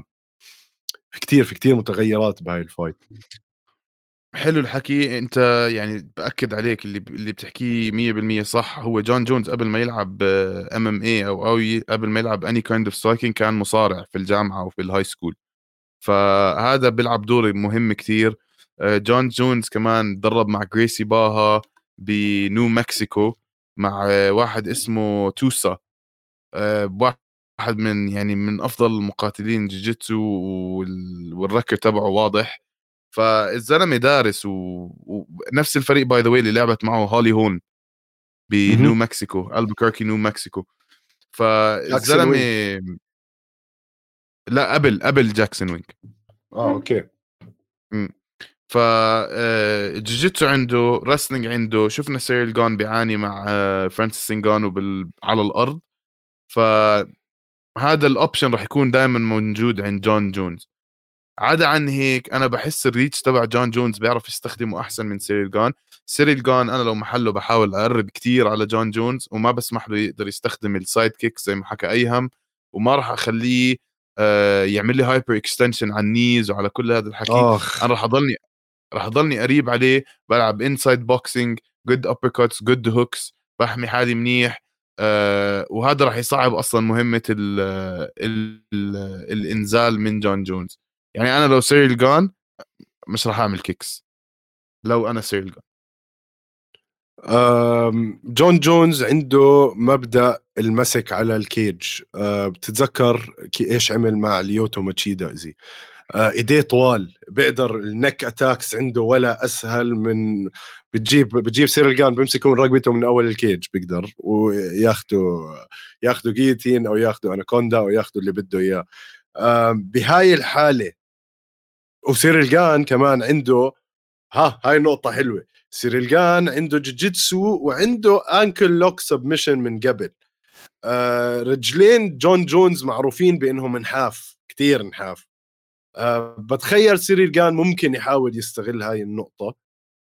في كتير متغيرات بهاي الفايت. حلو الحكي. أنت يعني بأكد عليك اللي بتحكيه 100% صح. هو جون جونز قبل ما يلعب MMA أو قبل ما يلعب any kind of striking كان مصارع في الجامعة وفي الهاي سكول، فهذا بيلعب دور مهم كتير. جون جونز كمان درب مع جريسي باها بنيو مكسيكو مع واحد اسمه توسا، واحد من يعني من أفضل المقاتلين جيجيتسو والركر تبعه واضح. فالزلمه دارس ونفس الفريق باي ذا واي اللي لعبت معه هولي هون بنيو مكسيكو، البوكيركي نيو مكسيكو. جاكسون فالزلمه وينج. لا قبل جاكسون وينج. اوكي. م. ف جوجيتسو عنده، رسلينج عنده. شفنا سيريل جون بيعاني مع فرانسيس سينغانو على الارض، فهذا الاوبشن راح يكون دائما موجود عند جون جونز. عدا عن هيك انا بحس الريتش تبع جون جونز بيعرف يستخدمه احسن من سيريل جان. سيريل جان انا لو محله بحاول اقرب كتير على جون جونز وما بسمح له يقدر يستخدم السايد كيك زي ما حكى ايهم، وما راح اخليه يعمل لي هايبر اكستنشن على النيز وعلى كل هذا الحكي. اخ. انا راح اضلني قريب عليه، بلعب انسايد بوكسينج، جود ابر كاتس، جود هوكس، بحمي حالي منيح. وهذا راح يصعب اصلا مهمه ال الانزال من جون جونز. يعني انا لو سيريل جان مش راح اعمل كيكس لو انا سيريل جان. جون جونز عنده مبدأ المسك على الكيج. بتتذكر ايش عمل مع ليوتو ماتشيدا إزي. ايديه طوال، بيقدر النك اتاكس عنده ولا اسهل من بتجيب سيريل جان بيمسكوا من رقبته من اول الكيج، بيقدر ياخذوا جيتين او ياخذوا اناكوندا او ياخذوا اللي بده اياه. بهاي الحاله وسيريل جان كمان عنده، هاي نقطة حلوة، سيريل جان عنده جوجيتسو وعنده انكل لوك سبمشن من قبل. رجلين جون جونز معروفين بانهم نحاف كتير نحاف. بتخيل سيريل جان ممكن يحاول يستغل هاي النقطة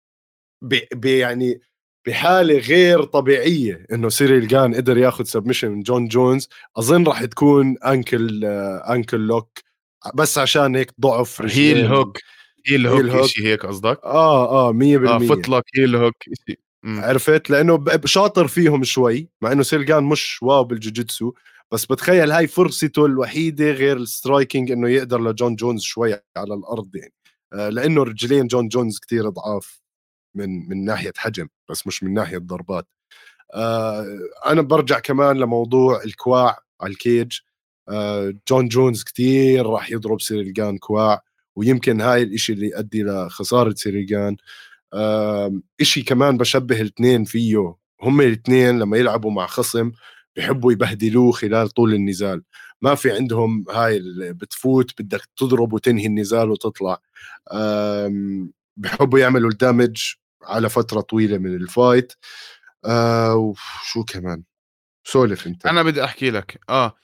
يعني بحالة غير طبيعية انه سيريل جان قدر ياخذ سبمشن من جون جونز. اظن راح تكون انكل لوك، بس عشان هيك ضعف هيل رجلين. هوك، هيل هيل هوك هوك، شيء هيك قصدك؟ 100%. فوت لك هيل هوك شيء. عرفت، لانه شاطر فيهم شوي، مع انه سيرجان مش واو بالجوجيتسو، بس بتخيل هاي فرصته الوحيده غير السترايكينج انه يقدر لجون جونز شوي على الارض يعني. لانه رجلين جون جونز كتير ضعاف من ناحيه حجم، بس مش من ناحيه ضربات. آه، انا برجع كمان لموضوع الكواع على الكيج. جون جونز كتير راح يضرب سيريلجان كواع، ويمكن هاي الاشي اللي يؤدي لخساره سيريلجان. اشي كمان بشبه الاثنين فيه، هم الاثنين لما يلعبوا مع خصم بحبوا يبهدلوه خلال طول النزال. ما في عندهم هاي بتفوت بدك تضرب وتنهي النزال وتطلع. بحبوا يعملوا الدامج على فترة طويلة من الفايت. وشو كمان، سولف انت. انا بدي احكي لك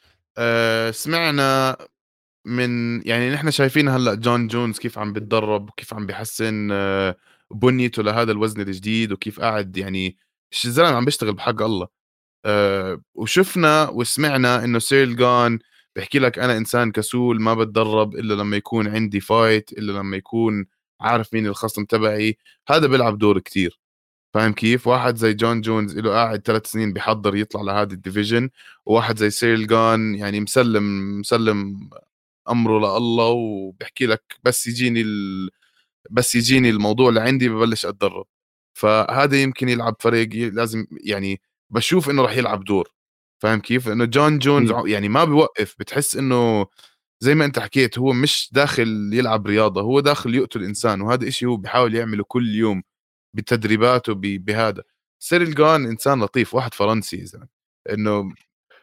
سمعنا من يعني نحن شايفين هلا جون جونز كيف عم بتدرب وكيف عم بيحسن بنيته لهذا الوزن الجديد، وكيف قاعد يعني الزلمه عم بيشتغل بحق الله. وشفنا وسمعنا انه سيرل جان بيحكي لك انا انسان كسول ما بتدرب الا لما يكون عندي فايت، الا لما يكون عارف مين الخصم تبعي. هذا بيلعب دور كتير. فاهم كيف؟ واحد زي جون جونز له قاعد 3 سنين بيحضر يطلع لهذا الديفيجن، وواحد زي سيرل جان يعني مسلم امره لله، وبحكي لك بس يجيني الموضوع لعندي ببلش اتدرب. فهذا يمكن يلعب فريق لازم يعني بشوف انه راح يلعب دور. فاهم كيف؟ لانه جون جونز مم. يعني ما بيوقف، بتحس انه زي ما انت حكيت هو مش داخل يلعب رياضة، هو داخل يقتل انسان، وهذا إشي هو بيحاول يعمله كل يوم بتدريباته بهذا. سيريل جان انسان لطيف، واحد فرنسي يا زلمه انه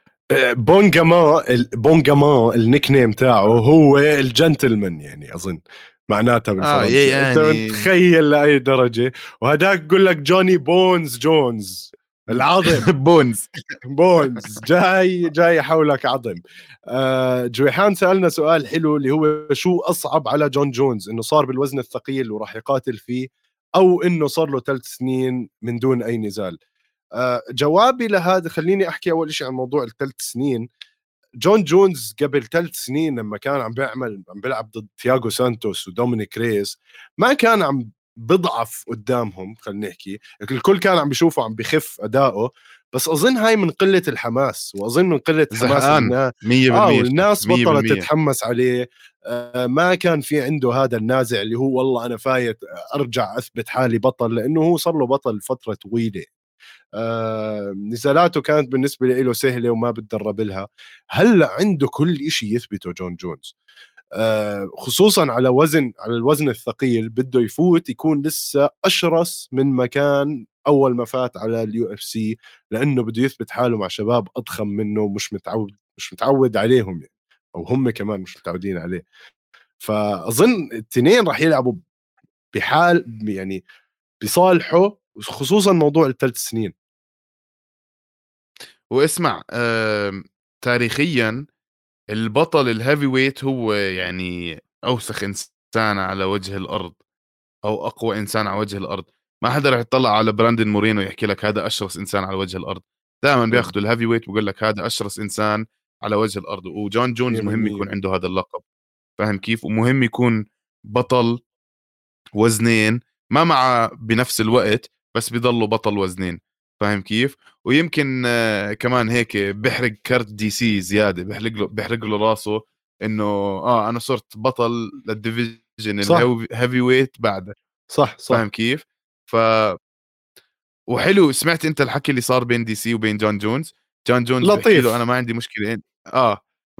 بونجاما النيك نيم تاعه هو الجنتلمان يعني، اظن معناتها بالفرنسي. انت يعني متخيل لاي درجه؟ وهداك يقول لك جوني بونز جونز، العظم. بونز. بونز جاي حولك عظم. جويحان سألنا سؤال حلو اللي هو شو أصعب على جون جونز، إنه صار بالوزن الثقيل وراح يقاتل فيه، أو إنه صار له 3 سنين من دون أي نزال. جوابي لهذا، خليني أحكي أول شيء عن موضوع ال3 سنين. جون جونز قبل 3 سنين لما كان عم بيلعب ضد تياغو سانتوس ودومينيك ريس، ما كان عم بضعف قدامهم، خلينا نحكي الكل كان عم بيشوفه عم بخف أداؤه. بس أظن هاي من قلة الحماس، وأظن من قلة حماس زهقان الناس. 100%. والناس بطلت 100%. تتحمس عليه. ما كان في عنده هذا النازع اللي هو والله أنا فايت أرجع أثبت حالي بطل، لأنه هو صار له بطل فترة طويلة. نزالاته كانت بالنسبة له سهلة وما بتدرب لها. هلا عنده كل شيء يثبته جون جونز. خصوصا على الوزن الثقيل، بده يفوت يكون لسه أشرس من ما كان أول ما فات على اليو اف سي، لأنه بده يثبت حاله مع شباب أضخم منه، مش متعود عليهم يعني، أو هم كمان مش متعودين عليه. فأظن التنين راح يلعبوا بحال يعني بصالحه، خصوصا موضوع ال3 سنين. واسمع تاريخيا البطل الهيفي ويت هو يعني اوسخ انسان على وجه الارض، او اقوى انسان على وجه الارض. ما حدا رح يطلع على براندن مورينو يحكي لك هذا اشرس انسان على وجه الارض. دائما بياخذوا الهيفي ويت بقول لك هذا اشرس انسان على وجه الارض. وجون جونز مهم 100%. يكون عنده هذا اللقب. فاهم كيف؟ ومهم يكون بطل وزنين، ما مع بنفس الوقت، بس بيضلوا بطل وزنين. فاهم كيف؟ ويمكن كمان هيك بيحرق كارت دي سي زياده، بيحرق له راسه انه انا صرت بطل للديفيجن صح الهيفي ويت بعدك. صح فاهم صح. كيف؟ ف وحلو. سمعت انت الحكي اللي صار بين دي سي وبين جون جونز؟ جون جونز بيحكي له انا لطيف. ما عندي مشكله اه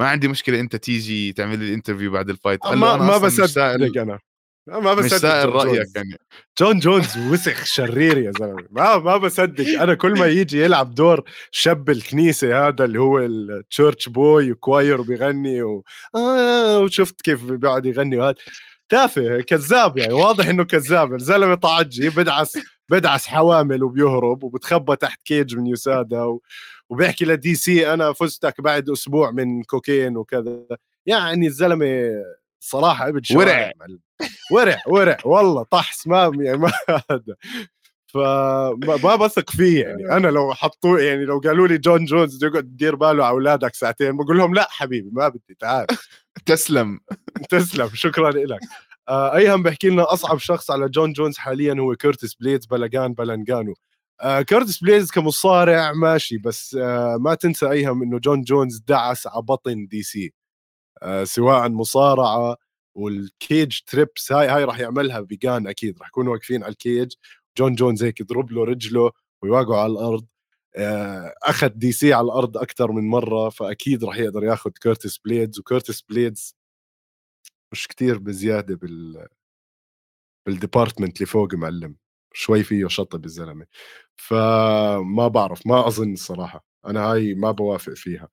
ما عندي مشكله انت تيجي تعمل لي الانترفيو بعد الفايت. قال له ما انا ما اصلا مش بصدق سائل، انا، ما مش بصدق سائل جون رايك جونز. يعني. جون جونز وسخ شرير يا زلمه، ما بصدق انا كل ما يجي يلعب دور شاب الكنيسه هذا اللي هو التشيرش بوي وكواير وبيغني وشفت كيف بيقعد يغني، وهذا تافه كذاب يعني، واضح انه كذاب الزلمه، طاعجي بدعس حوامل وبيهرب وبتخبى تحت كيج من يوسادا وبيحكي لدي سي انا فزتك بعد اسبوع من كوكين وكذا. يعني الزلمه صراحه ابن ورع. شوارع ورع والله طحس، ما يعني ما هذا. فما بثق فيه يعني، انا لو حطوه يعني لو قالوا لي جون جونز يقعد دير باله على اولادك ساعتين بقول لهم لا حبيبي ما بدي، تعال. تسلم. تسلم شكرا لك. ايهم بحكي لنا اصعب شخص على جون جونز حاليا هو كيرتس بليدز بلنجانو. كيرتس بليدز كمصارع ماشي، بس ما تنسى ايهم انه جون جونز دعس على بطن دي سي، سواء مصارعه والكيج تريبس، هاي راح يعملها فيجان اكيد، راح يكونوا واقفين على الكيج جون جونز هيك يضرب له رجله ويواقعوا على الارض. اخذ دي سي على الارض اكثر من مره، فاكيد راح يقدر ياخذ كيرتس بليدز، وكيرتس بليدز مش كتير بزياده بالديبارتمنت اللي فوق معلم، شوي فيه شطب الزلمه. فما بعرف، ما اظن الصراحه، انا هاي ما بوافق فيها.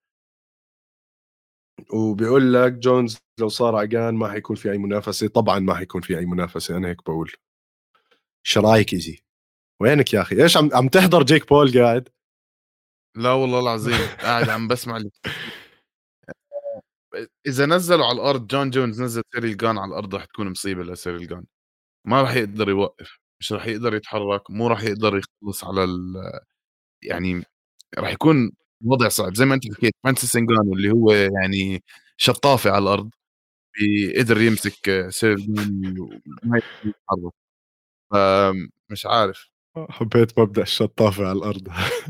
وبيقول لك جونز لو صار عقان ما حيكون في اي منافسه، طبعا ما حيكون في اي منافسه، انا هيك بقول. شو رايك يجي؟ وينك يا اخي؟ ايش عم تحضر جيك بول قاعد؟ لا والله العظيم قاعد عم بسمع اذا نزلوا على الارض، جون جونز نزل سيريل جان على الارض رح تكون مصيبه لسيريل جان. ما رح يقدر يوقف، مش رح يقدر يتحرك، مو رح يقدر يخلص على يعني رح يكون وضع صعب. زي ما انت حكيت فرانسيس انجانو اللي هو يعني شطافه على الارض، قدر يمسك سيريل جان وما يقدر يتحرك. فمش عارف. حبيت مبدأ الشطافة على الأرض.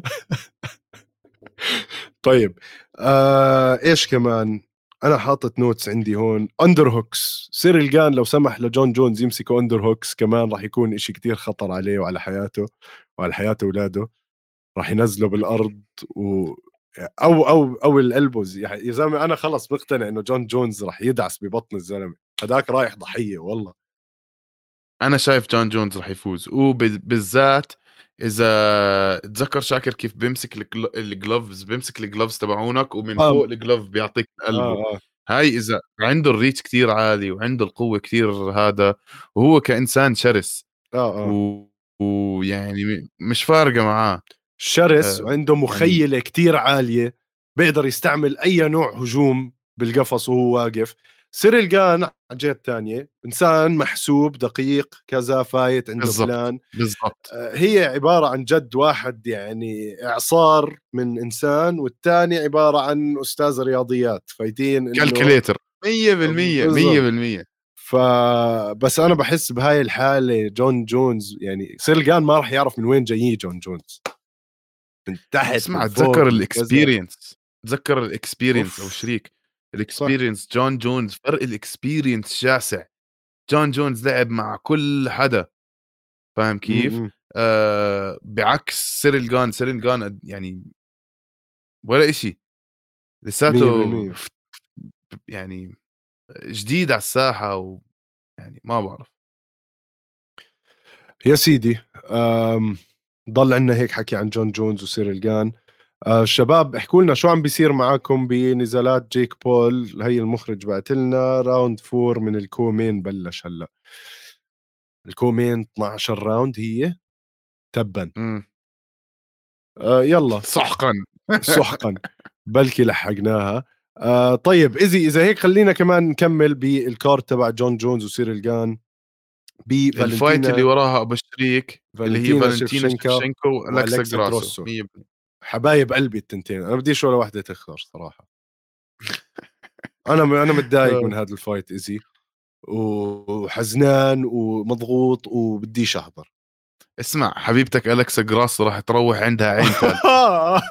طيب ايش كمان؟ انا حاطط نوتس عندي هون، اندر هوكس سيريل جان لو سمح لجون جونز يمسكوا اندر هوكس كمان راح يكون اشي كتير خطر عليه وعلى حياته وعلى حياة اولاده. راح ينزله بالارض او الالبوز يعني يا زلمه، انا خلص مقتنع انه جون جونز راح يدعس ببطن الزلمه هذاك، رايح ضحيه والله. انا شايف جون جونز رح يفوز، وبالذات اذا تذكر شاكر كيف بيمسك الجلوفز، بيمسك الجلوفز تبعونك ومن اه فوق الجلوف بيعطيك قلبه. اه هاي اذا عنده الريتش كتير عالي وعنده القوة كتير هذا، وهو كإنسان شرس اه اه و... ويعني مش فارقة معاه. شرس آه وعنده يعني مخيله كتير عاليه، بيقدر يستعمل اي نوع هجوم بالقفص وهو واقف. سيريل جان على الجهه الثانيه انسان محسوب دقيق كذا، فايت عنده بالضبط بلان. بالضبط هي عبارة عن جد واحد يعني إعصار من إنسان، والثاني عبارة عن أستاذ رياضيات، فايتين إنه كالكوليتر 100% بالضبط. 100%. فبس أنا بحس بهاي الحالة جون جونز يعني سيرجان ما راح يعرف من وين جاي جون جونز، من تحت من اسمع، فوق تذكر من كذا. الاكسبيرينس، تذكر الاكسبيرينس او أوف شريك صح. الاكسبيرينس. جون جونز فرق الاكسبيرينس شاسع. جون جونز لعب مع كل حدا، فاهم كيف؟ م- بعكس سيريل جان. سيريل جان يعني ولا إشي، لساته 100%. يعني جديد على الساحة، ويعني ما بعرف. يا سيدي ضل عندنا هيك حكي عن جون جونز وسيريل جان. الشباب احكوا لنا شو عم بيصير معاكم بنزالات جيك بول. هي المخرج بعت لنا راوند 4 من الكومين بلش هلا، الكومين 12 راوند هي، تبا. إمم. يلا سحقًا. سحقا، بلكي لحقناها. طيب اذا هيك خلينا كمان نكمل بالكارد تبع جون جونز وسيريل جان الفايت اللي بفالنتينا، وراها أبو شريك اللي هي فالنتينا فالنتينا شيفشينكا شيفشينكو وألكسا والكسا جراسو جروسو. 100%. حبايب قلبي التنتين، انا بديش ولا واحده تخسر صراحه. انا متضايق من آه. هذا الفايت ايزي، وحزنان ومضغوط وبديش احضر. اسمع، حبيبتك ألكسا جراسو راح تروح عندها عين ثالثة.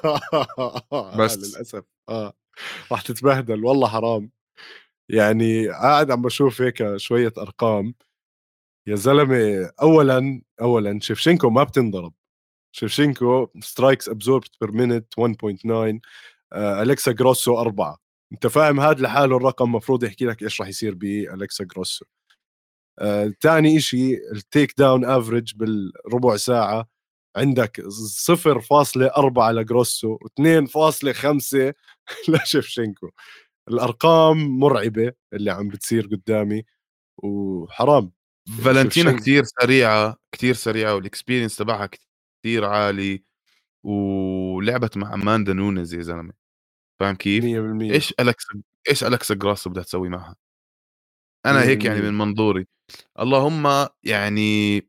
بس للاسف راح تتبهدل والله حرام. يعني قاعد عم بشوف هيك شويه ارقام يا زلمه. اولا شيفشينكو ما بتنضرب، شيفشينكو سترايكس ابزوربت بير مينت 1.9، الكسا جروسو 4. انت فاهم هذا لحاله الرقم مفروض يحكي لك ايش راح يصير بأليكسا جروسو. تاني إشي التيك داون افريج بالربع ساعة، عندك 0.4 لجروسو و2.5 لشفشنكو. الأرقام مرعبة اللي عم بتصير قدامي وحرام. فالنتينا شفشنكو كتير سريعة، كتير سريعة والإكسبيرينس تبعها كتير عالي، ولعبت مع أماندا نونيز يا زلمة، فاهم كيف؟ 100%. إيش أليكسا إيش أليكسا جراسو بدها تسوي معها؟ أنا هيك يعني 100%. من منظوري. اللهم يعني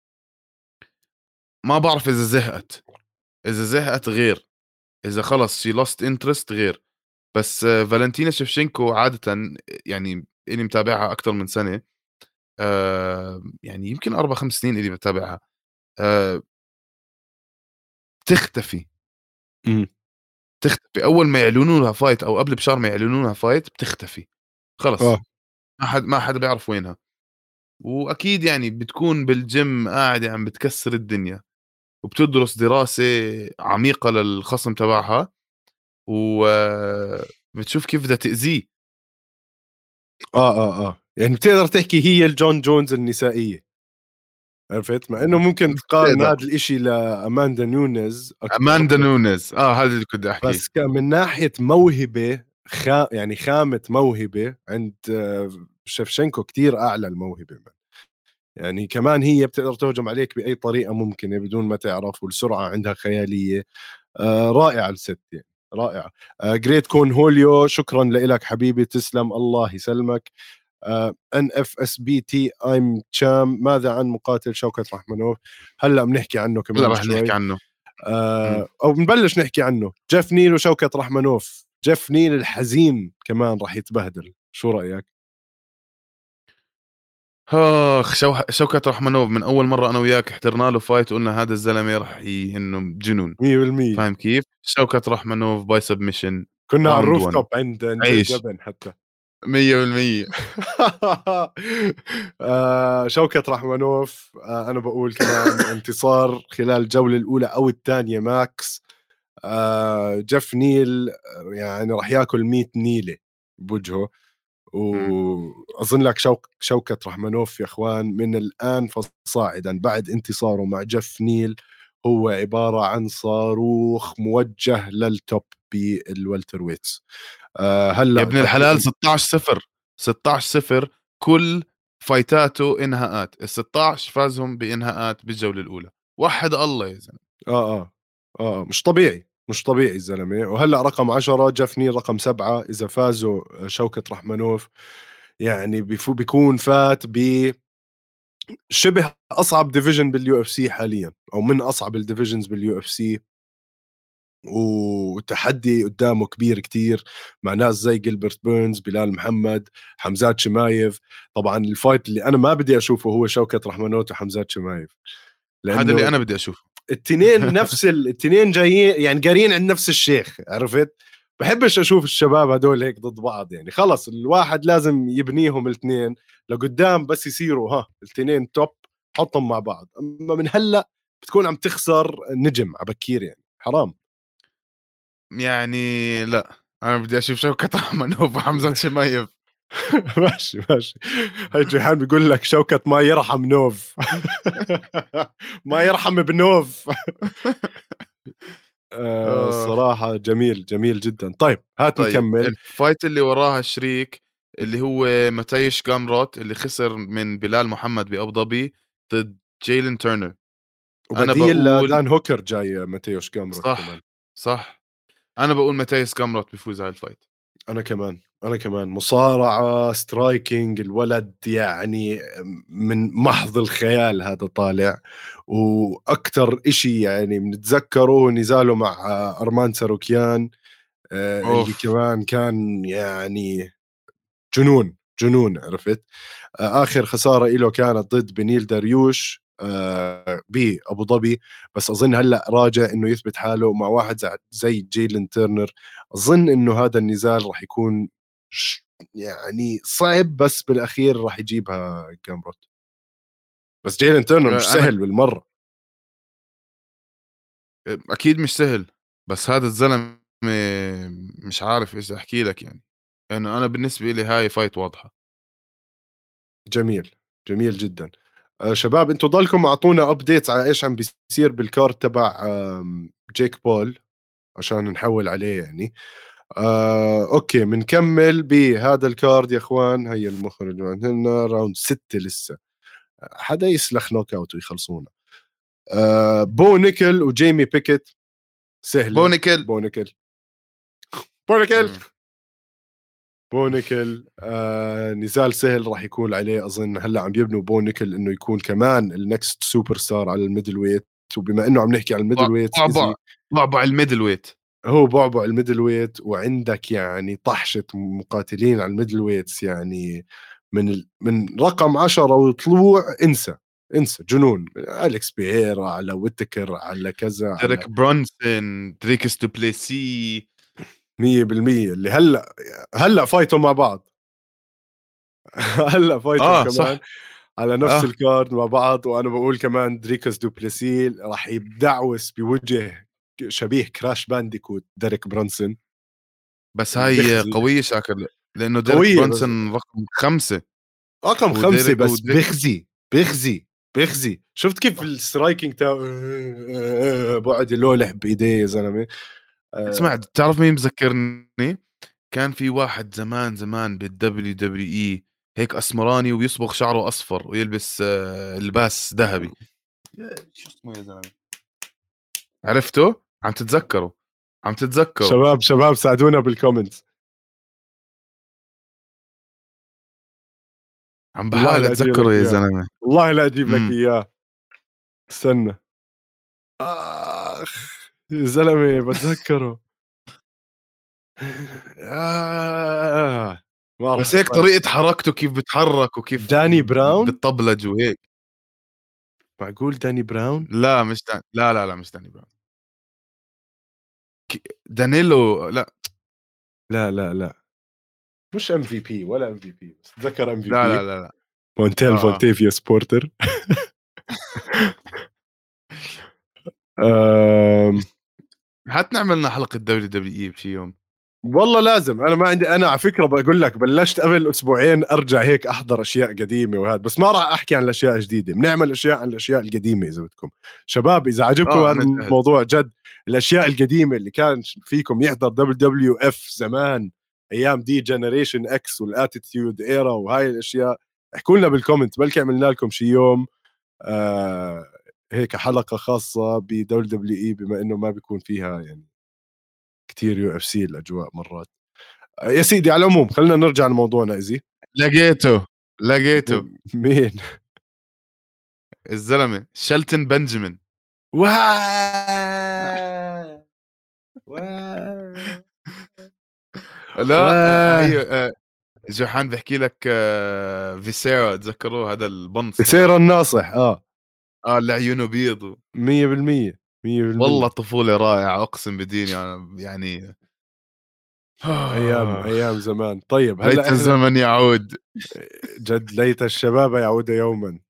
ما بعرف إذا زهقت، إذا زهقت غير، إذا خلص she lost interest غير. بس فالنتينا شيفشينكو عادةً يعني إني متابعها أكتر من سنة، يعني يمكن 4، 5 سنين إلي باتابعها. آآ بتختفي، إمم. بتختفي أول ما يعلنوا لها fight أو قبل بشهر ما يعلنوا لها fight بتختفي، خلص آه. ما حدا بيعرف وينها. وأكيد يعني بتكون بالgym قاعدة عم بتكسر الدنيا، وبتدرس دراسة عميقة للخصم تبعها، بتشوف كيف بدها تأذيه. يعني بتقدر تحكي هي الجون جونز النسائية، عرفت؟ مع إنه ممكن تقارن بتقدر. هذا الإشي لأماندا نونيز أماندا أكتر. نونيز هذا اللي كنت أحكيه. بس من ناحية موهبة يعني خامة موهبة عند شevchenko كتير أعلى الموهبة. يعني كمان هي بتقدر تهجم عليك بأي طريقة ممكنة بدون ما تعرف، والسرعة عندها خيالية. رائعة الست يعني، رائعة. جريت كون هوليو، شكرا لك حبيبي، تسلم الله يسلمك. ان اف اس بي تي ايم تشام، ماذا عن مقاتل شوكت رحمنوف؟ هلا بنحكي عنه هلأ كمان راح نحكي شوي. عنه. إمم. او بنبلش نحكي عنه. جيف نيل وشوكت رحمنوف. جيف نيل الحزين كمان راح يتبهدل، شو رايك؟ آخ شوكت رحمنوف من أول مرّة أنا وياك حضرنا له fight وقُلنا هذا الزلمة راح إنه جنون، 100%. فاهم كيف؟ شوكت رحمنوف by submission كنا على round الروف 1. توب عند عيش. جبن حتى. 100%. شوكت رحمنوف، انا بقول كمان انتصار خلال الجوله الاولى او الثانيه ماكس. جيف نيل يعني راح ياكل 100 نيله بوجهه. إمم. واظن لك شوكت رحمنوف يا اخوان من الان فصاعدا بعد انتصاره مع جيف نيل هو عباره عن صاروخ موجه للتوب بالوالتر ويتس. يا هلا ابن الحلال 16-0، 16-0 كل فايتاته إنهاءات، ال16 فازهم بإنهاءات بالجولة الأولى، وحد الله يا زلمة. آه، آه، مش طبيعي، مش طبيعي الزلمة. وهلأ رقم 10 جافني رقم 7 إذا فازوا شوكة رحمنوف يعني بيكون فات بشبه أصعب ديفيجن باليو اف سي حاليا، أو من أصعب الديفيجنز باليو اف سي. والتحدي قدامه كبير كتير مع ناس زي جيلبرت بيرنز، بلال محمد، حمزات شمايف. طبعا الفايت اللي أنا ما بدي أشوفه هو شوكة رحمنوف وحمزات شمايف، هذا اللي لأنه أنا بدي أشوفه. التنين نفس التنين جايين يعني قارين عند نفس الشيخ، عرفت؟ بحبش اشوف الشباب هدول هيك ضد بعض. يعني خلص الواحد لازم يبنيهم الاثنين لقدام، بس يصيروا الاثنين توب، حطهم مع بعض. اما من هلا بتكون عم تخسر نجم عبكير، يعني حرام. يعني لأ، أنا بدي أشوف شوكت رحمنوف وحمزة شمايف. ماشي ماشي. هاي جيحان بيقول لك شوكة ما يرحم نوف. ما يرحم بنوف. آخ. الصراحة جميل جميل جدا. طيب هات طيب نكمل. الفايت اللي وراها شريك، اللي هو ماتايش جامروت اللي خسر من بلال محمد بأبو ظبي ضد جايلين تيرنر. أنا وبديل باقول دان هوكر جاي ماتيوش جامروت كمان. صح، صح. أنا باقول ماتايس جامروت بيفوز على الفايت. انا كمان مصارعة سترايكينج الولد يعني من محض الخيال هذا طالع. واكثر اشي يعني بنتذكره نزاله مع ارمان ساروكيان، اللي أوف. كمان كان يعني جنون جنون، عرفت؟ اخر خساره له كانت ضد بنيل داريوش بابو ظبي. بس اظن هلا راجع انه يثبت حاله مع واحد زي جيلين تيرنر. اظن انه هذا النزال راح يكون يعني صعب، بس بالاخير راح يجيبها جامروت. بس جيلين تيرنر مش أنا سهل بالمره. أكيد مش سهل، بس هذا الزلمة مش عارف إيش أحكي لك يعني. يعني أنا بالنسبة لي هاي فايت واضحة. جميل، جميل جدًا. شباب أنتم ضلكم أعطونا updates على إيش عم بيصير بالcard تبع جيك بول عشان نحوّل عليه يعني. أوكي بنكمّل بهذا الcard يا أخوان، هيا المخرج عندنا راوند 6 لسه، حدا يسلخ knock out ويخلصونا. بو نيكل وجيمي بيكيت سهلة. بونيكل. بو نيكل، بو نيكل، إمم. بو نيكل نزال سهل راح يكون عليه أظن. هلّأ عم يبنوا بو نيكل إنه يكون كمان الnext superstar على الmiddle weight، وبما إنه عم نحكي عن الmiddle weights بعبع إيزي بعبع الmiddle weight. هو بُعبُع الmiddle weight، وعندك يعني طحشة مقاتلين على الmiddle weights يعني من رقم 10 وطلوع انسى، انسى جنون. أليكس بييرا على ويتكر على كذا على ديريك برونسون، دريكس دو بليسي. 100% اللي هلّأ فايتوا مع بعض. هلّأ فايتوا كمان صح. على نفس آه، الcard مع بعض. وأنا باقول كمان دريكس دوبلسي راح يدعوس بوجه شبيه كراش بانديكوت ديريك برونسون. بس هاي بيخزي قوية شكل، لإنه ديريك قوية بس برونسون رقم 5. رقم 5 وديريك بس ودريك بيخزي، بيخزي، بيخزي. شُفت كيف صح. الstriking تاعه بيقعد يلولح بإيديه يا زلمة. اسمع، آآ بتعرف مين بذكّرني؟ كان في واحد زمان زمان بالWWE هيك أسمراني ويصبغ شعره أصفر ويلبس لباس ذهبي. شو اسمه يا زلمة؟ عرفته؟ عم تتذكّره، عم تتذكّره. شباب، شباب ساعدونا بالcomments. عم والله باحاول لا أجيب أتذكّره لك يا إياه، زلمة. والله لا أجيب لك إمم. إياه. استنى. يا زلمة باتذكّره. ما بس راح هيك طريقة حركته كيف بيتحرك وكيف داني براون؟ بيتطبلج وهيك. معقول داني براون؟ لا مش لا، لا، لا مش داني براون. دانيلو لأ. لا، لا، لأ، مش MVP ولا MVP، بس اتذكّر لا، لا، MVP لا، لأ. مونتيل آه. فونتيفيوس بورتر. آمم هات نعمل لنا حلقة WWE بشي يوم. والله لازم. انا ما عندي، انا على فكره بقول لك بلشت قبل اسبوعين ارجع هيك احضر اشياء قديمه وهذا، بس ما راح احكي عن الاشياء الجديده، بنعمل اشياء عن الاشياء القديمه اذا بدكم. شباب اذا عجبكم هذا أنا جاهز. الموضوع جد، الاشياء القديمه اللي كان فيكم يحضر دبليو اف زمان ايام دي جنريشن اكس والاتيتيود ايرا وهاي الاشياء، احكوا لنا بالكومنت بلكي عملنا لكم شي يوم آه هيك حلقه خاصه بدبليو اي، بما انه ما بيكون فيها يعني كتير يو اف سي الاجواء مرات. يا سيدي على العموم خلينا نرجع لموضوعنا إيزي. لقيته، لقيته. مين؟ الزلمة شيلتون بنجامين. واه واه لأ، واه هي جوحان بيحكي لك فيسيرا، تذكروه هذا البنص. سير الناصح اللي عيونه بيض 100% والله 100%. طفولة رائعة أقسم بديني أنا يعني. أيام زمان. طيب هلأ ليت إحنا الزمن يعود. جد ليت الشباب يعود يومًا.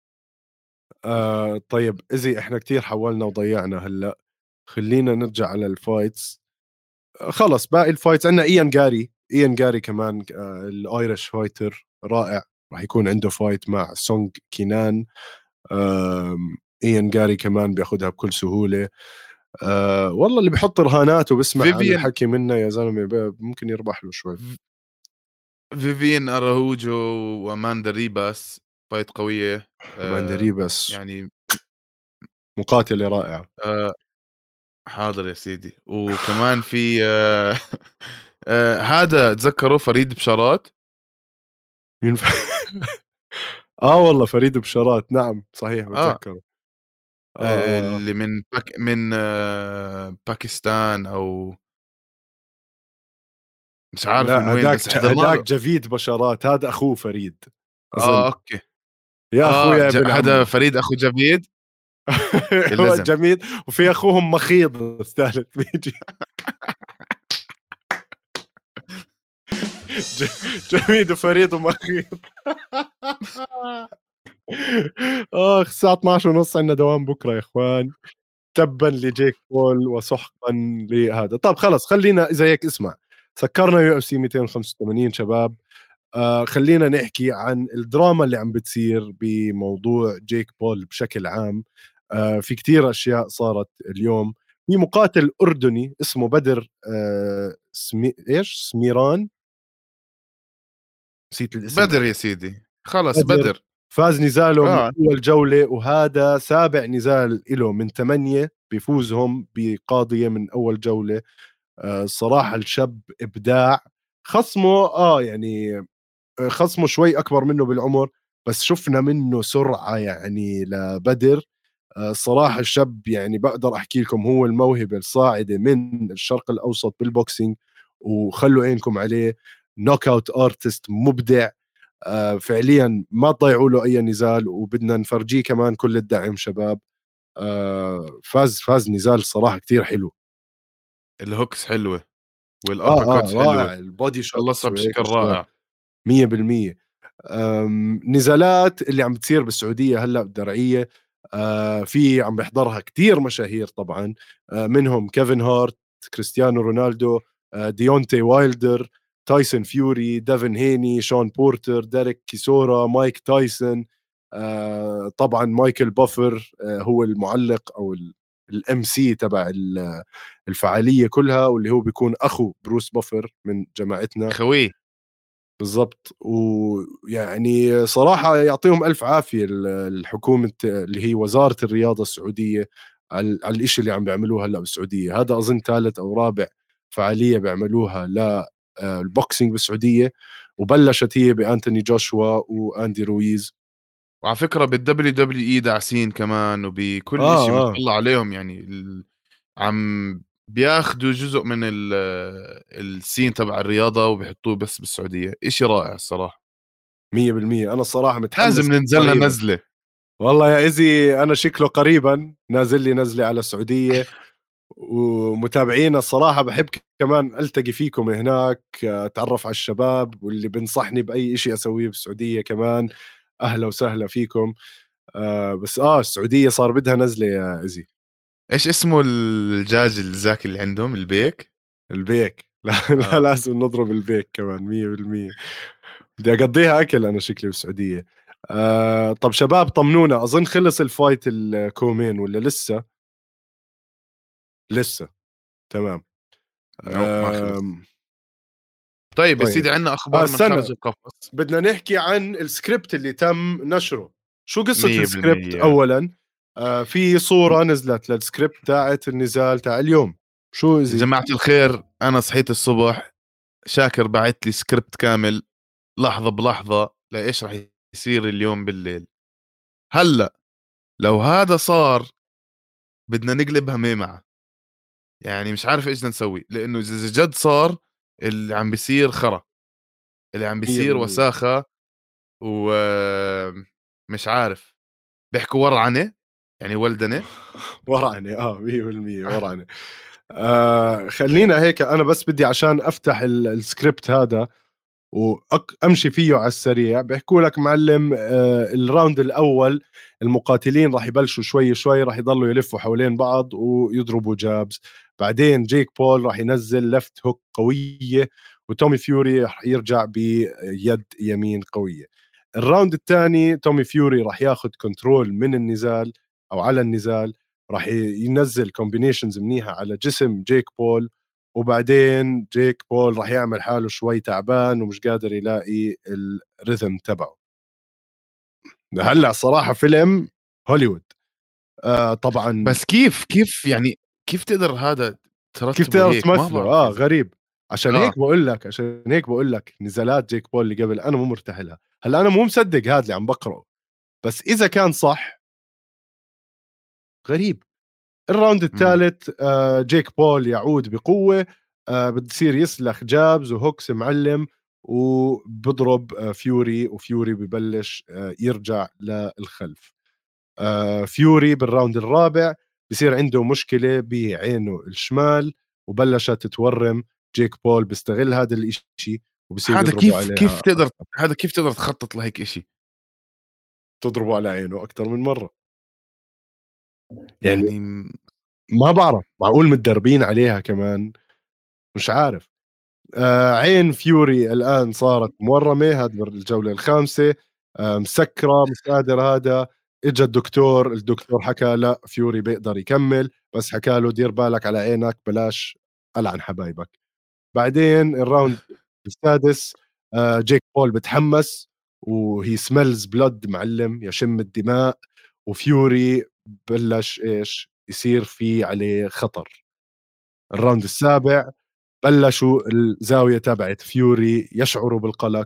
طيب إيزي إحنا كتير حوّلنا وضيّعنا هلأ، خلّينا نرجع على الfights. خلص باقي الfights عندنا إيان جاري كمان الirish fighter رائع، راح يكون عنده fight مع سونج كينان. إيان جاري كمان بياخدها بكل سهولة. والله اللي بيحط رهانات وبيسمع عن فيفيان الحكي منا يا زلمة ممكن يربح له شوي. فيفيان أراوجو وأماندا ريباس فايت قوية. ماندري بس يعني مقاتلة رائعة. آآ حاضر يا سيدي. وكمان في هذا تذكّروا فريد بشارات؟ ينفع والله فريد بشارات، نعم صحيح آه. بتذكره. آه اللي من باكستان أو مش عارف من لا وين، بس حضرنا هداك له. جفيد بشارات، هذا أخوه فريد أظن. أوكي. يا أخويا ابن هذا عمي. فريد أخو جبيد. هو اللزم. جميل. وفي أخوهم مخيض الثالث بيجي. جميد وفريد ومخيض. الساعة 12:30 عندنا دوام بكرة يا إخوان. تبًا لجيك بول وسحقًا لهذا. طب خلص خلّينا إذا هيك اسمع، سكرنا يو اف سي 285 شباب. خلينا نحكي عن الدراما اللي عم بتصير بموضوع جيك بول بشكل عام. في كتير أشياء صارت اليوم. في مقاتل أردني اسمه بدر، إيش سميران، نسيت الاسم. بدر يا سيدي، خلص بدر بدر. فاز نزاله من آه، أول جولة، وهذا سابع نزال له من 8 بيفوزهم بقاضية من أول جولة. الصراحة الشاب إبداع. خصمه يعني خصمه شوي أكبر منه بالعمر، بس شفنا منه سرعة يعني لبدر. الصراحة الشاب يعني بقدر أحكي لكم هو الموهبة الصاعدة من الشرق الأوسط بالبوكسينج، وخلوا عينكم عليه. نوك اوت ارتست مبدع. فعليا ما تضيعوا له أي نزال، وبدنا نفرجيه كمان كل الدعم شباب. فاز نزال صراحة كتير حلو. الهوكس حلوة والأبر كاتس حلوة، رائع البودي شوتس خلّصها وهيك بشكل أشياء. رائع. 100%. نزالات اللي عم بتصير بالسعودية هلأ بالدرعية، في عم بيحضرها كتير مشاهير طبعا. منهم كيفن هارت، كريستيانو رونالدو، ديونتي وايلدر، تايسون فيوري، ديفن هيني، شون بورتر، ديريك كيسورا، مايك تايسون. طبعا مايكل بافر هو المعلق او الام سي تبع الفعاليه كلها، واللي هو بيكون اخو بروس بافر من جماعتنا. خويه. بالضبط. ويعني صراحة يعطيهم ألف عافية الحكومة اللي هي وزارة الرياضة السعودية على الإشي اللي عم بيعملوه هلأ بالسعودية. هذا أظن ثالث أو رابع فعالية بيعملوها للبوكسينج بالسعودية، وبلشت هي بأنتوني جوشوا وأندي رويز. وعلى فكرة بالWWE داعسين كمان، وبكل إشي ما شاء آه الله عليهم، يعني عم بياخدوا جزء من الscene تبع الرياضة وبيحطوه بس بالسعودية، إشي رائع الصراحة. 100%. أنا الصراحة لازم متحمس ننزل لنا قريبا. نزلة. والله يا إيزي أنا شكله قريبا نازل لي نزلة على السعودية، ومتابعينا الصراحة بحب كمان ألتقي فيكم هناك، أتعرف على الشباب، واللي بنصحني بأي إشي أسويه بالسعودية كمان أهلا وسهلا فيكم. بس السعودية صار بدها نزلة يا إزي. إيش اسمه الدجاج الزاكي اللي عندهم، البيك؟ البيك لا, لا آه. لازم نضرب البيك كمان 100%. بدي أقضيها أكل أنا شكلي بالسعودية. طب شباب طمنونا، أظن خلص الفايت الكومين ولا لسه؟ لسه. تمام. ما خلص. آم، طيب يا طيب. سيدي، عندنا أخبار من استنى، خارج القفص. بدنا نحكي عن السكريبت اللي تم نشره. شو قصة السكريبت 100%. أولا؟ في صورة نزلت للسكريبت تاعت النزال تاع اليوم. شو يا إزي؟ جماعة الخير، أنا صحيت الصبح، شاكر بعت لي سكريبت كامل لحظة بلحظة لإيش راح يصير اليوم بالليل. هلأ لو هذا صار بدنا نقلبها ميمعة، يعني مش عارف إيش بدنا نسوي، لأنه إذا جد صار اللي عم بيصير خرا، اللي عم بيصير 100%. وساخة، ومش عارف، بيحكوا ورعنة، يعني ولدنة. ورعني 100% ورعني. خلينا هيك، أنا بس بدي عشان أفتح السكريبت هذا وامشي فيه على السريع. بيحكوا لك معلم، الراوند الاول المقاتلين راح يبلشوا شوي شوي، راح يضلوا يلفوا حوالين بعض ويضربوا جابز. بعدين جيك بول راح ينزل لفت هوك قويه، وتومي فيوري راح يرجع بيد يمين قويه. الراوند الثاني تومي فيوري راح ياخذ كنترول من النزال او على النزال، راح ينزل كومبينيشنز منيحه على جسم جيك بول. وبعدين جيك بول راح يعمل حاله شوي تعبان ومش قادر يلاقي الريثم تبعه. هلا صراحة فيلم هوليوود. طبعا. بس كيف يعني، كيف تقدر هذا كيف ترتبه تقدر هيك؟ ما تمثله؟ بعرف يا زلمة. غريب. آه. عشان هيك بقول لك نزالات جيك بول اللي قبل انا مو مرتاح لها. هلا انا مو مصدق هذا اللي عم بقراه، بس اذا كان صح غريب. الراوند إمم. الثالث جيك بول يعود بقوة. بتصير يسلخ جابز وهوكس معلم، وبضرب فيوري، وفيوري ببلش يرجع للخلف. فيوري بالراوند الرابع بصير عنده مشكلة بعينه الشمال وبلشت تتورم. جيك بول بيستغل هذا الاشي وبصير هذا يضربوا كيف عليها تقدر، أكتر. هذا كيف تقدر تخطط لهيك إشي؟ تضربوا على عينه أكتر من مرة يعني. يعني ما بعرف، معقول متدربين عليها كمان، مش عارف. عين فيوري الآن صارت مورمة، هذا بالجولة الخامسة، مسكرة، مش قادر هذا. اجى الدكتور حكى لا فيوري بيقدر يكمل، بس حكى له دير بالك على عينك، بلاش ألعن حبايبك. بعدين الراوند السادس جيك بول بتحمس وهي سميلز بلود، معلم يشم الدماء، وفيوري بلش ايش يصير في عليه خطر. الراوند السابع بلشوا الزاوية تبعت فيوري يشعروا بالقلق،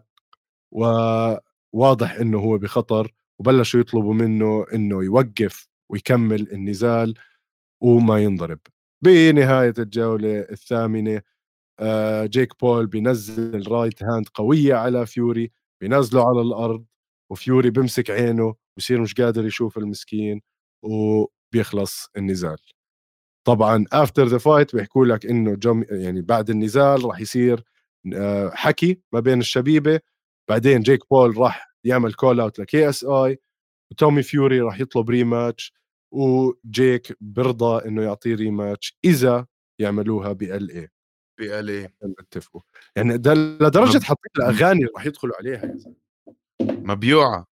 وواضح انه هو بخطر، وبلشوا يطلبوا منه انه يوقف ويكمل النزال وما ينضرب. بنهاية الجولة الثامنة جيك بول بينزل رايت هاند قوية على فيوري، بينزله على الأرض، وفيوري بمسك عينه بصير مش قادر يشوف المسكين، وبيخلص النزال. طبعا افتر ذا فايت بيحكوا لك انه يعني بعد النزال راح يصير حكي ما بين الشبيبه. بعدين جيك بول راح يعمل كول اوت لكي اس اي، وتومي فيوري راح يطلب ريماتش، وجيك برضى انه يعطيه ريماتش اذا يعملوها بال اي. بقالي اتفقوا يعني ده لدرجه حطيت الاغاني راح يدخلوا عليها يا زلمه. مبيوعة.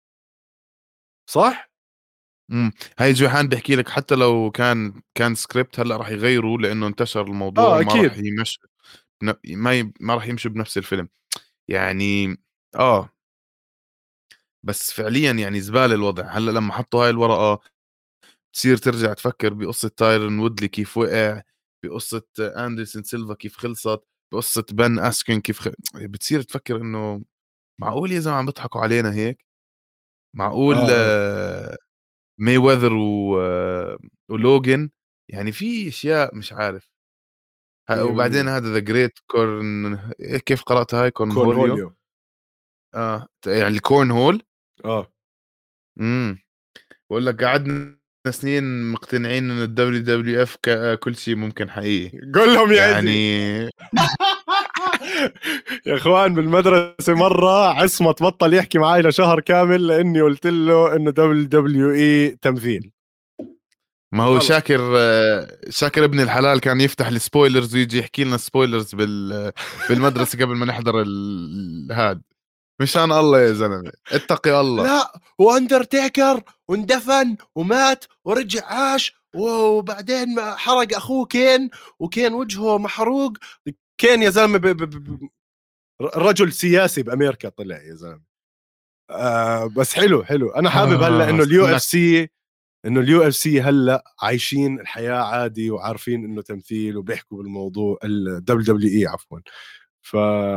صح. هاي جوهان بيحكي لك حتى لو كان سكريبت هلا راح يغيروا لانه انتشر الموضوع اه وما راح اكيد. يمشي ما راح يمشوا بنفس الفيلم يعني. اه بس فعليا يعني زباله الوضع هلا لما حطوا هاي الورقه. تصير ترجع تفكر بقصه تايرن وودلي كيف وقع، بقصه اندرسون سيلفا كيف خلصت، بقصه بن اسكن بتصير تفكر انه معقول يا زلمه عم بيضحكوا علينا هيك؟ معقول اه ماي وذر ولوجن؟ يعني في اشياء مش عارف. 100%. وبعدين هذا ذا جريت كورن، كيف قرأتها هاي كورنهوليو؟ كورنهوليو. يعني الكورن هول. اه امم بقول لك قعدنا سنين مقتنعين انه الدبليو دبليو اف كل شيء ممكن حقيقي. قول لهم يا يعني عزي. يا اخوان بالمدرسه مره عصمت بطل يحكي معي لشهر كامل لاني قلت له انه دبليو دبليو اي تمثيل. ما هو خلص. شاكر ابن الحلال كان يفتح السبويلرز ويجي يحكي لنا سبويلرز بالمدرسة قبل ما نحضر هاد. مشان الله يا زلمة اتقي الله. لا واندرتيكر واندفن ومات ورجع عاش، وبعدين حرق اخوه كين، وكين وجهه محروق. كين يا زلمه رجل سياسي بامريكا طلع يا زلمه. بس حلو حلو، انا حابب هلا انه اليو اف استناك. سي، انه اليو اف سي هلا عايشين الحياه عادي وعارفين انه تمثيل وبيحكوا بالموضوع الدبليو دبليو اي عفوا. ف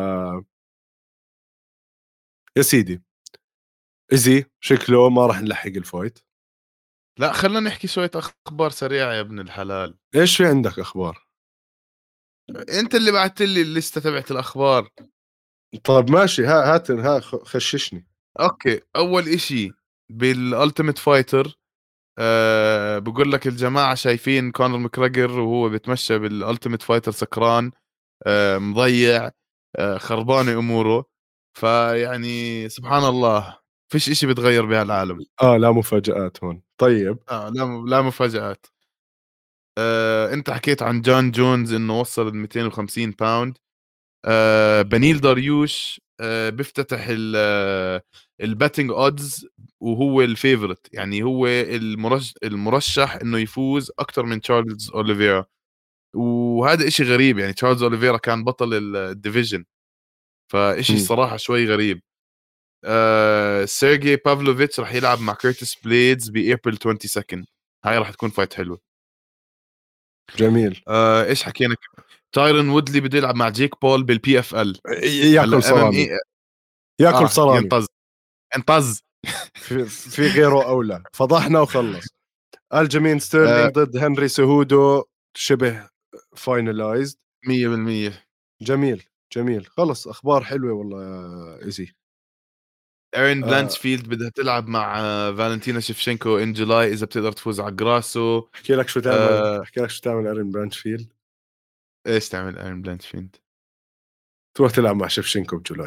يا سيدي ايزي شكله ما راح نلحق الفايت. لا خلينا نحكي شوية أخبار سريعة يا ابن الحلال. ايش في عندك اخبار؟ أنت اللي بعت لي الليستة تبعت الأخبار. طيب ماشي، هات خششني. أوكي، أول إشي بالألتيميت فايتر. بقول لك الجماعة شايفين كونر ماكريجر وهو بيتمشى بالألتيميت فايتر سكران، مضيع، خربانة أموره. فيعني سبحان الله، فيش إشي بتغير بهالعالم. اه لا مفاجآت هون. طيب لا مفاجآت. انت حكيت عن جون جونز انه وصل ال 250 باوند. بنيل داريوش بيفتتح الباتنج اودز، وهو الفيفورت، يعني هو المرشح انه يفوز اكثر من تشارلز اوليفيرا. وهذا إشي غريب، يعني تشارلز اوليفيرا كان بطل الديفيجن، فإشي م. الصراحة شوي غريب. سيرجي بافلوفيتش راح يلعب مع كيرتس بليدز بأبريل 22. هاي راح تكون فايت حلوة. جميل. ايش حكينا؟ تايرون وودلي بده يلعب مع جيك بول بالبي اف ال. ياكل هلا ام ام صرامي. اي. ياكل صرامي. ينطز. في غيره اولى، فضحنا وخلص. الجيمين آه، ستيرلينج ضد هنري سهودو شبه فاينلايزد. 100%. جميل جميل، خلص اخبار حلوه والله يا ايزي. ايرين آه، بلانشفيلد بدها تلعب مع فالنتينا شيفشينكو ان جولاي اذا بتقدر تفوز على جراسو. آه، احكي لك شو تعمل ارين برانشفيلد. ايش تعمل ايرين بلانشفيلد؟ تروح تلعب مع شفشنكو بجولاي.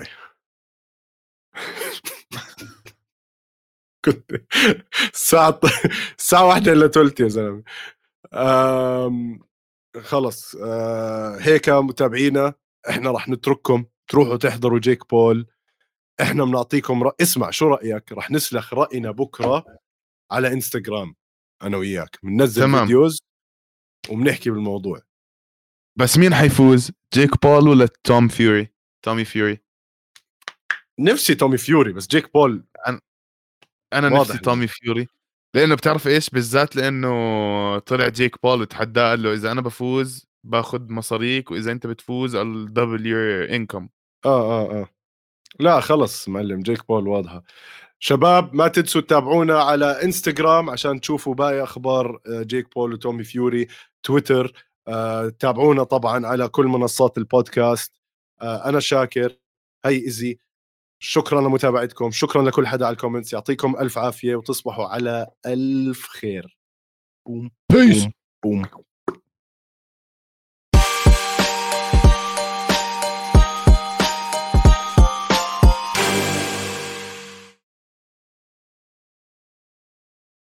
كنت الساعة الساعة واحدة إلا تلت يا زلمة. خلص هيك متابعينا احنا راح نترككم تروحوا تحضروا جيك بول. احنا بنعطيكم اسمع شو رأيك، راح نسلخ رأينا بكرة على انستغرام انا وياك، بننزل تمام. فيديوز وبنحكي بالموضوع. بس مين حيفوز، جيك بول ولا تومي فيوري؟ نفسي تومي فيوري، بس جيك بول انا واضح نفسي تومي فيوري، لانه بتعرف ايش بالذات، لانه طلع جيك بول وتحداه قال له اذا انا بفوز باخذ مصاريك، واذا انت بتفوز I'll double your income. اه لا خلص معلم، جيك بول واضحة. شباب ما تنسوا تتابعونا على انستغرام عشان تشوفوا باقي اخبار جيك بول وتومي فيوري. تويتر تابعونا طبعا على كل منصات البودكاست. انا شاكر، هي إزي. شكرا لمتابعتكم، شكرا لكل حدا على الكومنتس، يعطيكم الف عافية وتصبحوا على الف خير. بوم Peace. بوم بوم.